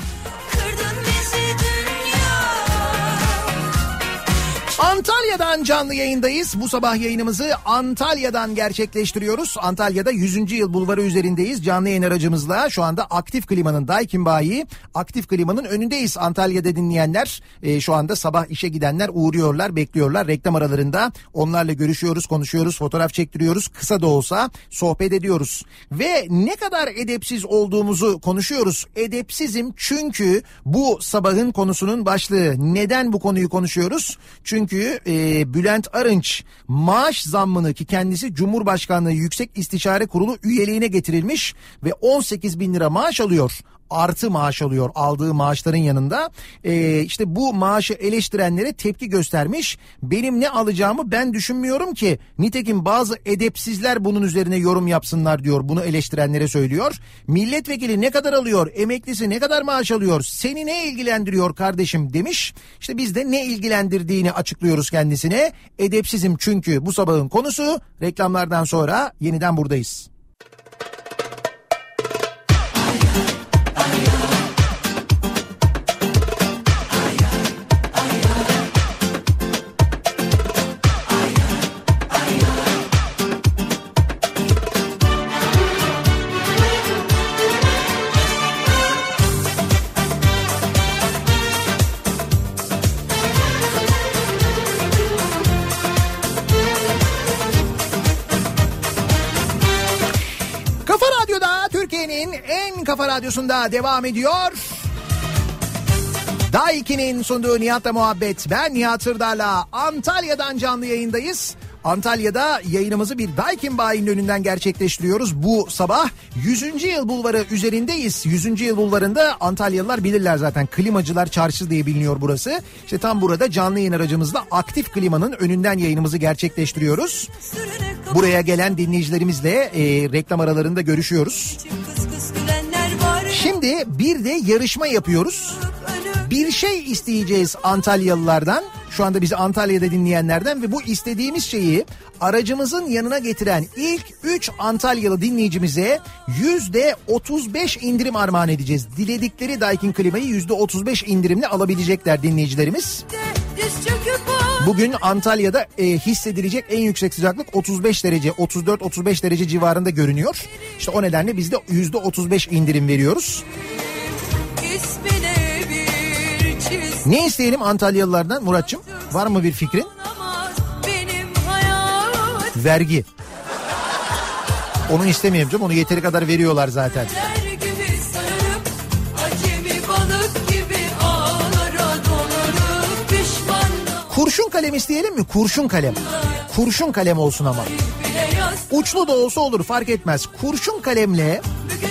Antalya'dan canlı yayındayız. Bu sabah yayınımızı Antalya'dan gerçekleştiriyoruz. Antalya'da yüzüncü yıl bulvarı üzerindeyiz. Canlı yayın aracımızla şu anda Aktif Klima'nın, Daikin Bayi Aktif Klima'nın önündeyiz. Antalya'da dinleyenler, e, şu anda sabah işe gidenler uğruyorlar, bekliyorlar. Reklam aralarında onlarla görüşüyoruz, konuşuyoruz, fotoğraf çektiriyoruz. Kısa da olsa sohbet ediyoruz. Ve ne kadar edepsiz olduğumuzu konuşuyoruz. Edepsizim çünkü bu sabahın konusunun başlığı. Neden bu konuyu konuşuyoruz? Çünkü e, Bülent Arınç maaş zammını, ki kendisi Cumhurbaşkanlığı Yüksek İstişare Kurulu üyeliğine getirilmiş ve on sekiz bin lira maaş alıyor. Artı maaş alıyor aldığı maaşların yanında. Ee, işte bu maaşı eleştirenlere tepki göstermiş. Benim ne alacağımı ben düşünmüyorum ki. Nitekim bazı edepsizler bunun üzerine yorum yapsınlar diyor. Bunu eleştirenlere söylüyor. Milletvekili ne kadar alıyor? Emeklisi ne kadar maaş alıyor? Seni ne ilgilendiriyor kardeşim demiş. İşte biz de ne ilgilendirdiğini açıklıyoruz kendisine. Edepsizim çünkü bu sabahın konusu. Reklamlardan sonra yeniden buradayız. Kafa Radyosu'nda devam ediyor. Daikin'in sunduğu Nihat'la muhabbet. Ben Nihat Sırdar'la Antalya'dan canlı yayındayız. Antalya'da yayınımızı bir Daikin bayinin önünden gerçekleştiriyoruz. Bu sabah yüzüncü yıl bulvarı üzerindeyiz. yüzüncü yıl bulvarında Antalyalılar bilirler zaten. Klimacılar Çarşısı diye biliniyor burası. İşte tam burada canlı yayın aracımızla Aktif Klima'nın önünden yayınımızı gerçekleştiriyoruz. Buraya gelen dinleyicilerimizle e, reklam aralarında görüşüyoruz. Şimdi bir de yarışma yapıyoruz. Bir şey isteyeceğiz Antalyalılardan. Şu anda bizi Antalya'da dinleyenlerden ve bu istediğimiz şeyi aracımızın yanına getiren ilk üç Antalyalı dinleyicimize yüzde otuz beş indirim armağan edeceğiz. Diledikleri Daikin klimayı yüzde otuz beş indirimle alabilecekler dinleyicilerimiz. Bugün Antalya'da e, hissedilecek en yüksek sıcaklık otuz beş derece, otuz dört otuz beş derece civarında görünüyor. İşte o nedenle biz de yüzde otuz beş indirim veriyoruz. Ne isteyelim Antalyalılardan Muratçım? Var mı bir fikrin? Vergi. Onu istemeyeceğim. Onu yeteri kadar veriyorlar zaten. Kurşun kalem isteyelim mi? Kurşun kalem. Kurşun kalem olsun ama. Uçlu da olsa olur, fark etmez. Kurşun kalemle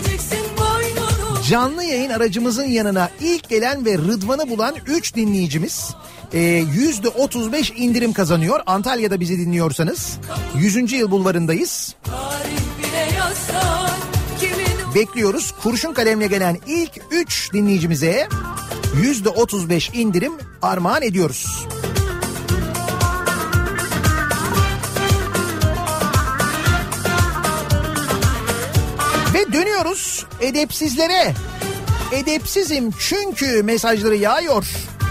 canlı yayın aracımızın yanına ilk gelen ve Rıdvan'ı bulan üç dinleyicimiz e, yüzde otuz beş indirim kazanıyor. Antalya'da bizi dinliyorsanız yüzüncü yıl bulvarındayız. bekliyoruz. Kurşun kalemle gelen ilk üç dinleyicimize yüzde otuz beş indirim armağan ediyoruz. Ve dönüyoruz edepsizlere. Edepsizim çünkü mesajları yağıyor.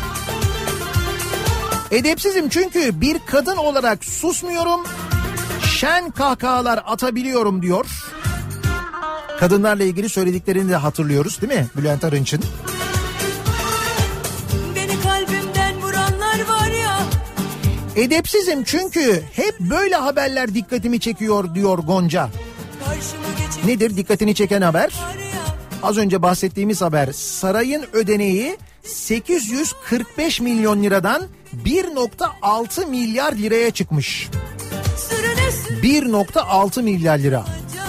Edepsizim çünkü bir kadın olarak susmuyorum, şen kahkahalar atabiliyorum diyor. Kadınlarla ilgili söylediklerini de hatırlıyoruz değil mi Bülent Arınç'ın? Beni kalbimden vuranlar var ya. Edepsizim çünkü hep böyle haberler dikkatimi çekiyor diyor Gonca. Nedir dikkatini çeken haber? Az önce bahsettiğimiz haber, sarayın ödeneği sekiz yüz kırk beş milyon liradan bir nokta altı milyar liraya çıkmış. bir nokta altı milyar lira.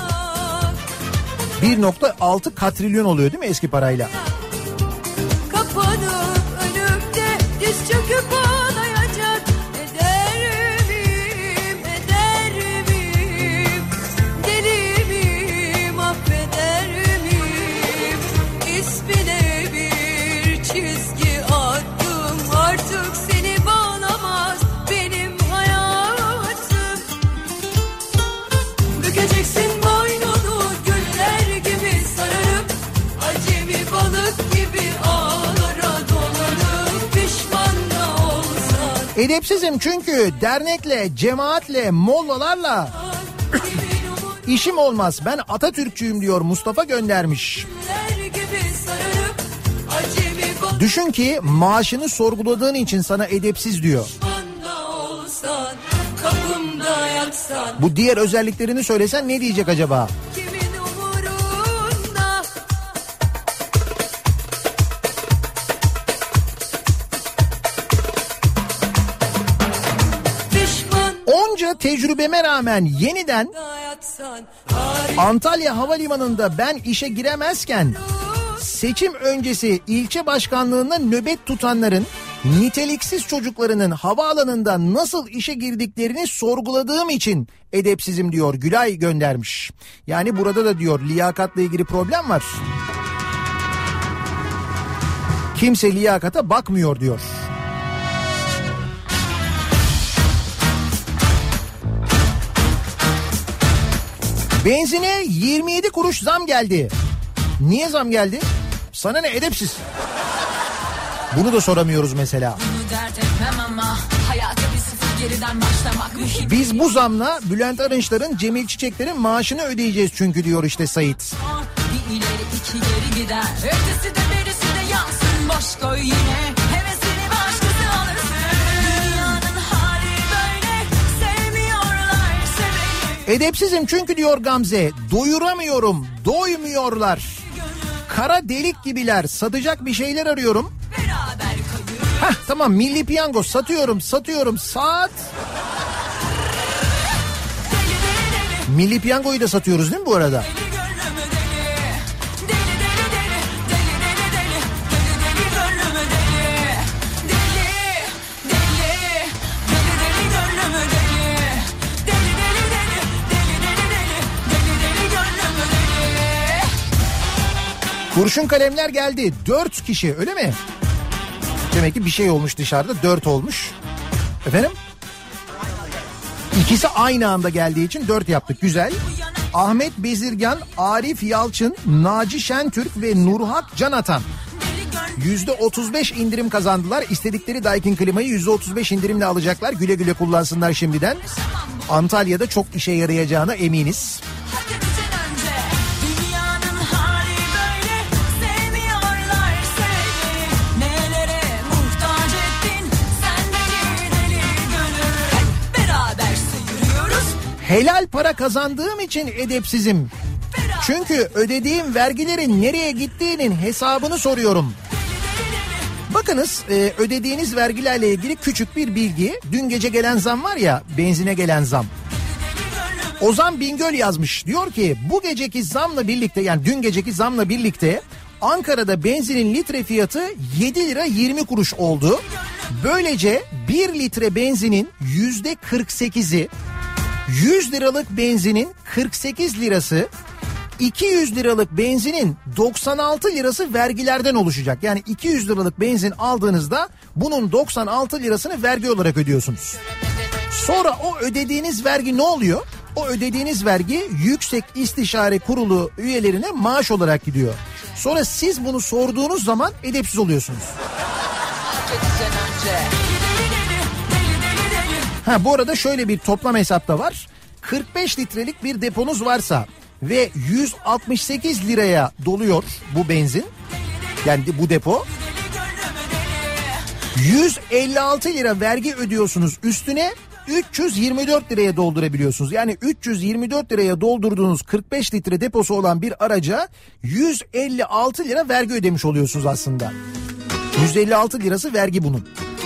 bir nokta altı katrilyon oluyor değil mi eski parayla? Kapanıp önümde diz çöküp ağlayacak. Eder miyim, eder miyim? Deli miyim, affeder miyim? İsmine bir çizgi attım. Artık seni bağlamaz benim hayatım. Bükeceksin boynunu güller gibi sararıp, acemi balık gibi ağlara dolanıp pişman da olsan. Edepsizim çünkü dernekle, cemaatle, mollalarla işim olmaz. Ben Atatürkçüyüm diyor Mustafa göndermiş. Güller gibi sararıp, acemi balık Düşün ki maaşını sorguladığın için sana edepsiz diyor. da olsan, kapımda yatsan. Bu diğer özelliklerini söylesen ne diyecek acaba? Kimin umurunda? Pişman Onca tecrübeme rağmen yeniden da yatsan. Antalya Havalimanı'nda ben işe giremezken seçim öncesi ilçe başkanlığında nöbet tutanların niteliksiz çocuklarının havaalanında nasıl işe girdiklerini sorguladığım için edepsizim diyor Gülay göndermiş. Yani burada da diyor liyakatla ilgili problem var. Kimse liyakata bakmıyor diyor. Benzine yirmi yedi kuruş zam geldi. Niye zam geldi? Sana ne edepsiz? Bunu da soramıyoruz mesela. Biz bu zamla Bülent Arınçların, Cemil Çiçekler'in maaşını ödeyeceğiz çünkü diyor işte Sait. Bir ileri iki geri gider. Ötesi de berisi de yansın. Boş koy yine. Hevesini başkası alırsın. Dünyanın hali böyle. Sevmiyorlar seveni. Edepsizim çünkü diyor Gamze. Doyuramıyorum. Doymuyorlar. Kara delik gibiler. Satacak bir şeyler arıyorum. Beraber kayıyor. Hah tamam, Milli Piyango satıyorum satıyorum saat. Milli Piyango'yu da satıyoruz değil mi bu arada? Kurşun kalemler geldi. Dört kişi öyle mi? Demek ki bir şey olmuş dışarıda. Dört olmuş. Efendim? İkisi aynı anda geldiği için dört yaptık. Güzel. Ahmet Bezirgan, Arif Yalçın, Naci Şentürk ve Nurhak Canatan yüzde otuz beş indirim kazandılar. İstedikleri Daikin klimayı yüzde otuz beş indirimle alacaklar. Güle güle kullansınlar şimdiden. Antalya'da çok işe yarayacağına eminiz. Helal para kazandığım için edepsizim. Çünkü ödediğim vergilerin nereye gittiğinin hesabını soruyorum. Bakınız e, ödediğiniz vergilerle ilgili küçük bir bilgi. Dün gece gelen zam var ya, benzine gelen zam. Ozan Bingöl yazmış. Diyor ki bu geceki zamla birlikte, yani dün geceki zamla birlikte Ankara'da benzinin litre fiyatı yedi lira yirmi kuruş oldu. Böylece bir litre benzinin yüzde kırk sekizi, yüz liralık benzinin kırk sekiz lirası, iki yüz liralık benzinin doksan altı lirası vergilerden oluşacak. Yani iki yüz liralık benzin aldığınızda bunun doksan altı lirasını vergi olarak ödüyorsunuz. Sonra o ödediğiniz vergi ne oluyor? O ödediğiniz vergi Yüksek İstişare Kurulu üyelerine maaş olarak gidiyor. Sonra siz bunu sorduğunuz zaman edepsiz oluyorsunuz. Ha, bu arada şöyle bir toplam hesapta var. kırk beş litrelik bir deponuz varsa ve yüz altmış sekiz liraya doluyor bu benzin, yani bu depo, yüz elli altı lira vergi ödüyorsunuz üstüne, üç yüz yirmi dört liraya doldurabiliyorsunuz. Yani üç yüz yirmi dört liraya doldurduğunuz kırk beş litre deposu olan bir araca yüz elli altı lira vergi ödemiş oluyorsunuz aslında. yüz elli altı lirası vergi bunun.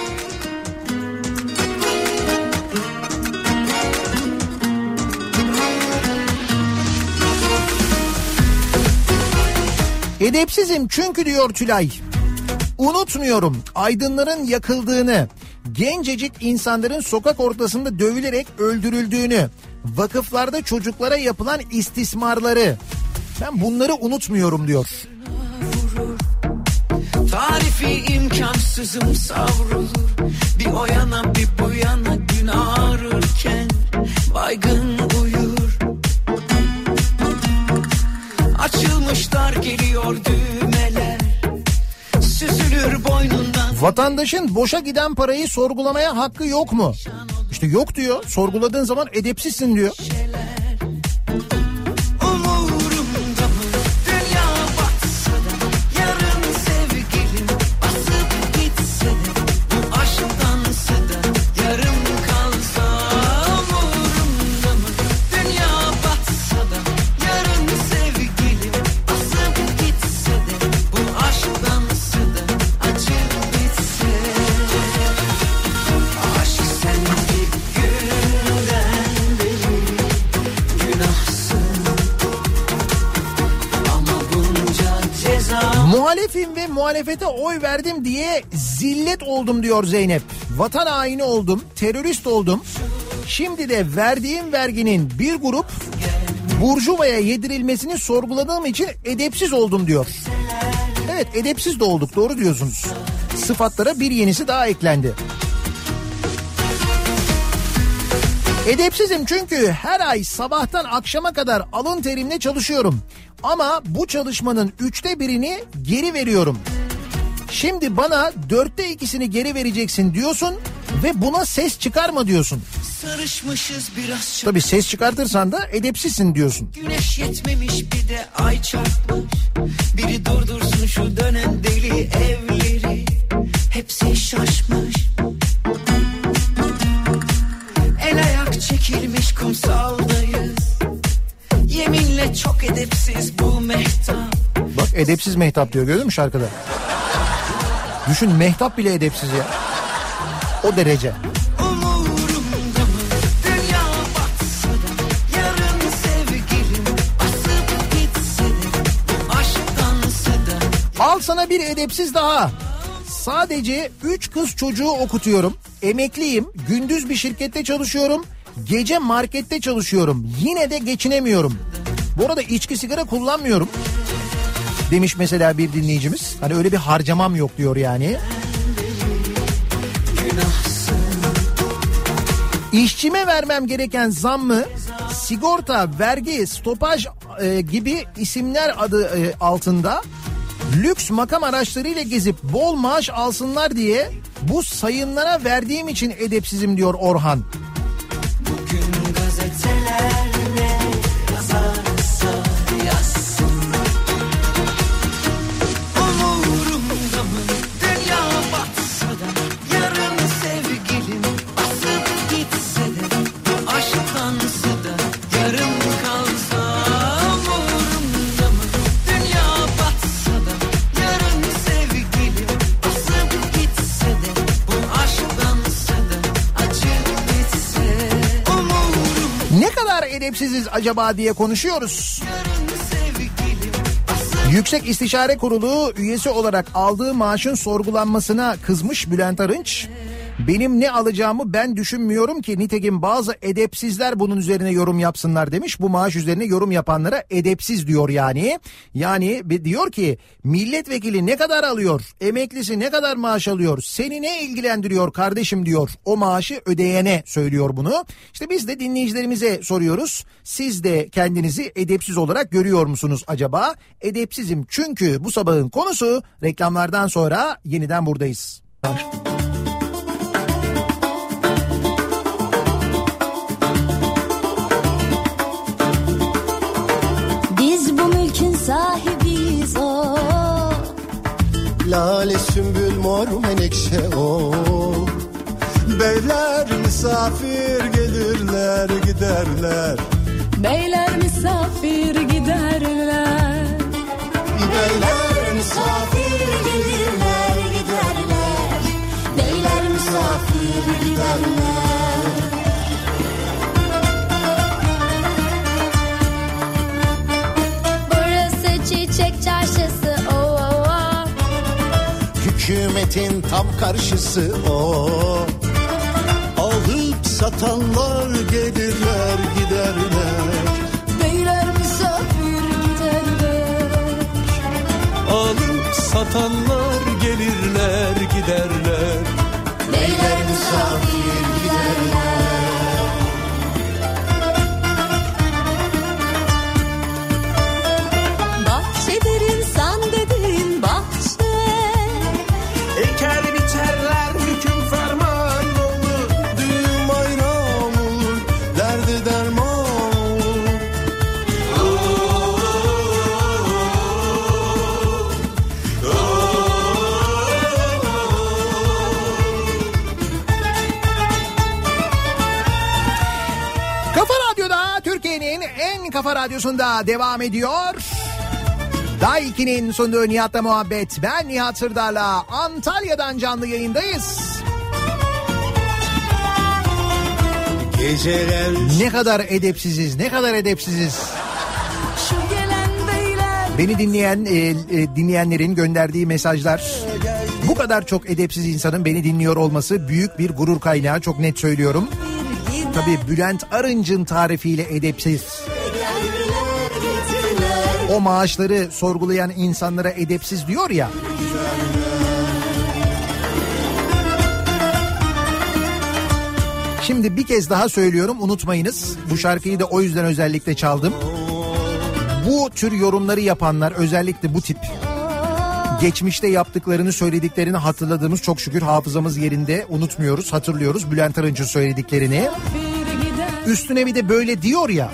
Edepsizim çünkü diyor Tülay. Unutmuyorum aydınların yakıldığını, gencecik insanların sokak ortasında dövülerek öldürüldüğünü, vakıflarda çocuklara yapılan istismarları. Ben bunları unutmuyorum diyor. Tarifi imkansızım savrulur, bir o yana bir bu yana gün ağrırken baygın uyur. Açılmışlar geliyor düğmeler, süzülür boynundan. Vatandaşın boşa giden parayı sorgulamaya hakkı yok mu? İşte yok diyor. Sorguladığın zaman edepsizsin diyor. Muhalefim ve muhalefete oy verdim diye zillet oldum diyor Zeynep. Vatan haini oldum, terörist oldum. Şimdi de verdiğim verginin bir grup burjuvaya yedirilmesini sorguladığım için edepsiz oldum diyor. Evet, edepsiz de olduk, doğru diyorsunuz. Sıfatlara bir yenisi daha eklendi. Edepsizim çünkü her ay sabahtan akşama kadar alın terimle çalışıyorum. Ama bu çalışmanın üçte birini geri veriyorum. Şimdi bana dörtte ikisini geri vereceksin diyorsun ve buna ses çıkarma diyorsun. Sarışmışız biraz. Tabii ses çıkartırsan da edepsizsin diyorsun. Güneş yetmemiş bir de ay çarpmış. Biri durdursun şu dönen deli evleri. Hepsi şaşmış. El ayak çekilmiş kumsaldayız. Yeminle çok edepsiz bu mehtap. Bak edepsiz mehtap diyor, gördün mü şarkıda? Düşün, mehtap bile edepsiz ya. O derece. Al sana bir edepsiz daha. Sadece üç kız çocuğu okutuyorum. Emekliyim. Gündüz bir şirkette çalışıyorum. Gece markette çalışıyorum. Yine de geçinemiyorum. Bu arada içki sigara kullanmıyorum demiş mesela bir dinleyicimiz. Hani öyle bir harcamam yok diyor yani. İşçime vermem gereken zammı sigorta, vergi, stopaj e, gibi isimler adı e, altında lüks makam araçlarıyla gezip bol maaş alsınlar diye bu sayınlara verdiğim için edepsizim diyor Orhan. Bugün gazetelerle yazarsa yazsın. Umurumda mı dünya batsa da, yarın sevgilim basıp gitse de, bu aşktansı da yarım kalsa. Umurumda mı dünya batsa da, yarın sevgilim basıp gitse de, bu aşktansı da acı bitse. Ne kadar edepsiziz acaba diye konuşuyoruz. Yüksek İstişare Kurulu üyesi olarak aldığı maaşın sorgulanmasına kızmış Bülent Arınç. Benim ne alacağımı ben düşünmüyorum ki, nitekim bazı edepsizler bunun üzerine yorum yapsınlar demiş. Bu maaş üzerine yorum yapanlara edepsiz diyor yani. Yani diyor ki milletvekili ne kadar alıyor? Emeklisi ne kadar maaş alıyor? Seni ne ilgilendiriyor kardeşim diyor. O maaşı ödeyene söylüyor bunu. İşte biz de dinleyicilerimize soruyoruz. Siz de kendinizi edepsiz olarak görüyor musunuz acaba? Edepsizim çünkü bu sabahın konusu. Reklamlardan sonra yeniden buradayız. Biz bu mülkün sahibiyiz o. Lale sümbül mor menekşe o. Beyler misafir gelirler giderler. Beyler misafir giderler. Beyler misafir gelirler giderler. Beyler misafir giderler. Burası çiçek çarşısı o, o, o. Hükümetin tam karşısı o. Alıp satanlar gelirler giderler. Beyler misafir giderler. Alıp satanlar gelirler giderler. Beyler misafir giderler. Bahçedir insan dediğin bahçe. Eker biçerler hüküm ferman olur. Düğüm ayran olur. Derdi derman olur. Kafa Radyo'da, Türkiye'nin en kafa radyosunda devam ediyor. Daiki'nin sunduğu Nihat'la Muhabbet. Ben Nihat Sırdar'la Antalya'dan canlı yayındayız. Geceler Ne kadar edepsiziz, ne kadar edepsiziz. Şu gelen beyler. Beni dinleyen e, e, dinleyenlerin gönderdiği mesajlar. Bu kadar çok edepsiz insanın beni dinliyor olması büyük bir gurur kaynağı, çok net söylüyorum. Tabii Bülent Arınç'ın tarifiyle edepsiz. O maaşları sorgulayan insanlara edepsiz diyor ya. Şimdi bir kez daha söylüyorum, unutmayınız. Bu şarkıyı da o yüzden özellikle çaldım. Bu tür yorumları yapanlar, özellikle bu tip, geçmişte yaptıklarını, söylediklerini hatırladığımız, çok şükür hafızamız yerinde, unutmuyoruz, hatırlıyoruz Bülent Arınç'ın söylediklerini. Üstüne bir de böyle diyor ya.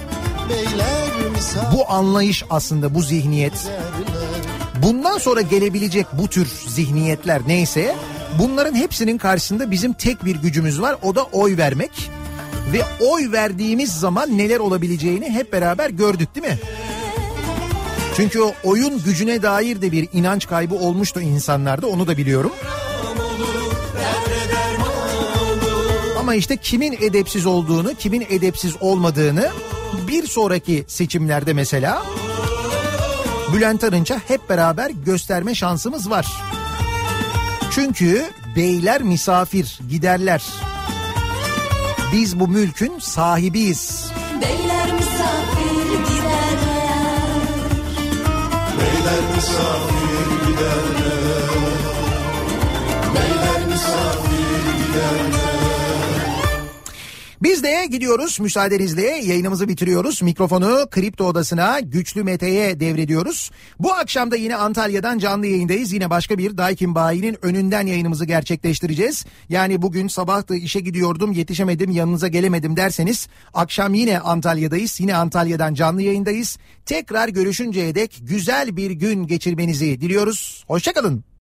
Bu anlayış aslında, bu zihniyet. Bundan sonra gelebilecek bu tür zihniyetler neyse, bunların hepsinin karşısında bizim tek bir gücümüz var, o da oy vermek. Ve oy verdiğimiz zaman neler olabileceğini hep beraber gördük, değil mi? Çünkü o oyun gücüne dair de bir inanç kaybı olmuştu insanlarda, onu da biliyorum. Ama işte kimin edepsiz olduğunu, kimin edepsiz olmadığını bir sonraki seçimlerde mesela Bülent Arınç'a hep beraber gösterme şansımız var. Çünkü beyler misafir giderler. Biz bu mülkün sahibiyiz. Beyler misafir giderler. Beyler misafir giderler. Beyler misafir giderler. Biz de gidiyoruz, müsaadenizle yayınımızı bitiriyoruz. Mikrofonu Kripto Odası'na Güçlü Mete'ye devrediyoruz. Bu akşam da yine Antalya'dan canlı yayındayız. Yine başka bir Daikin Bayi'nin önünden yayınımızı gerçekleştireceğiz. Yani bugün sabahtı, işe gidiyordum, yetişemedim, yanınıza gelemedim derseniz akşam yine Antalya'dayız. Yine Antalya'dan canlı yayındayız. Tekrar görüşünceye dek güzel bir gün geçirmenizi diliyoruz. Hoşça kalın.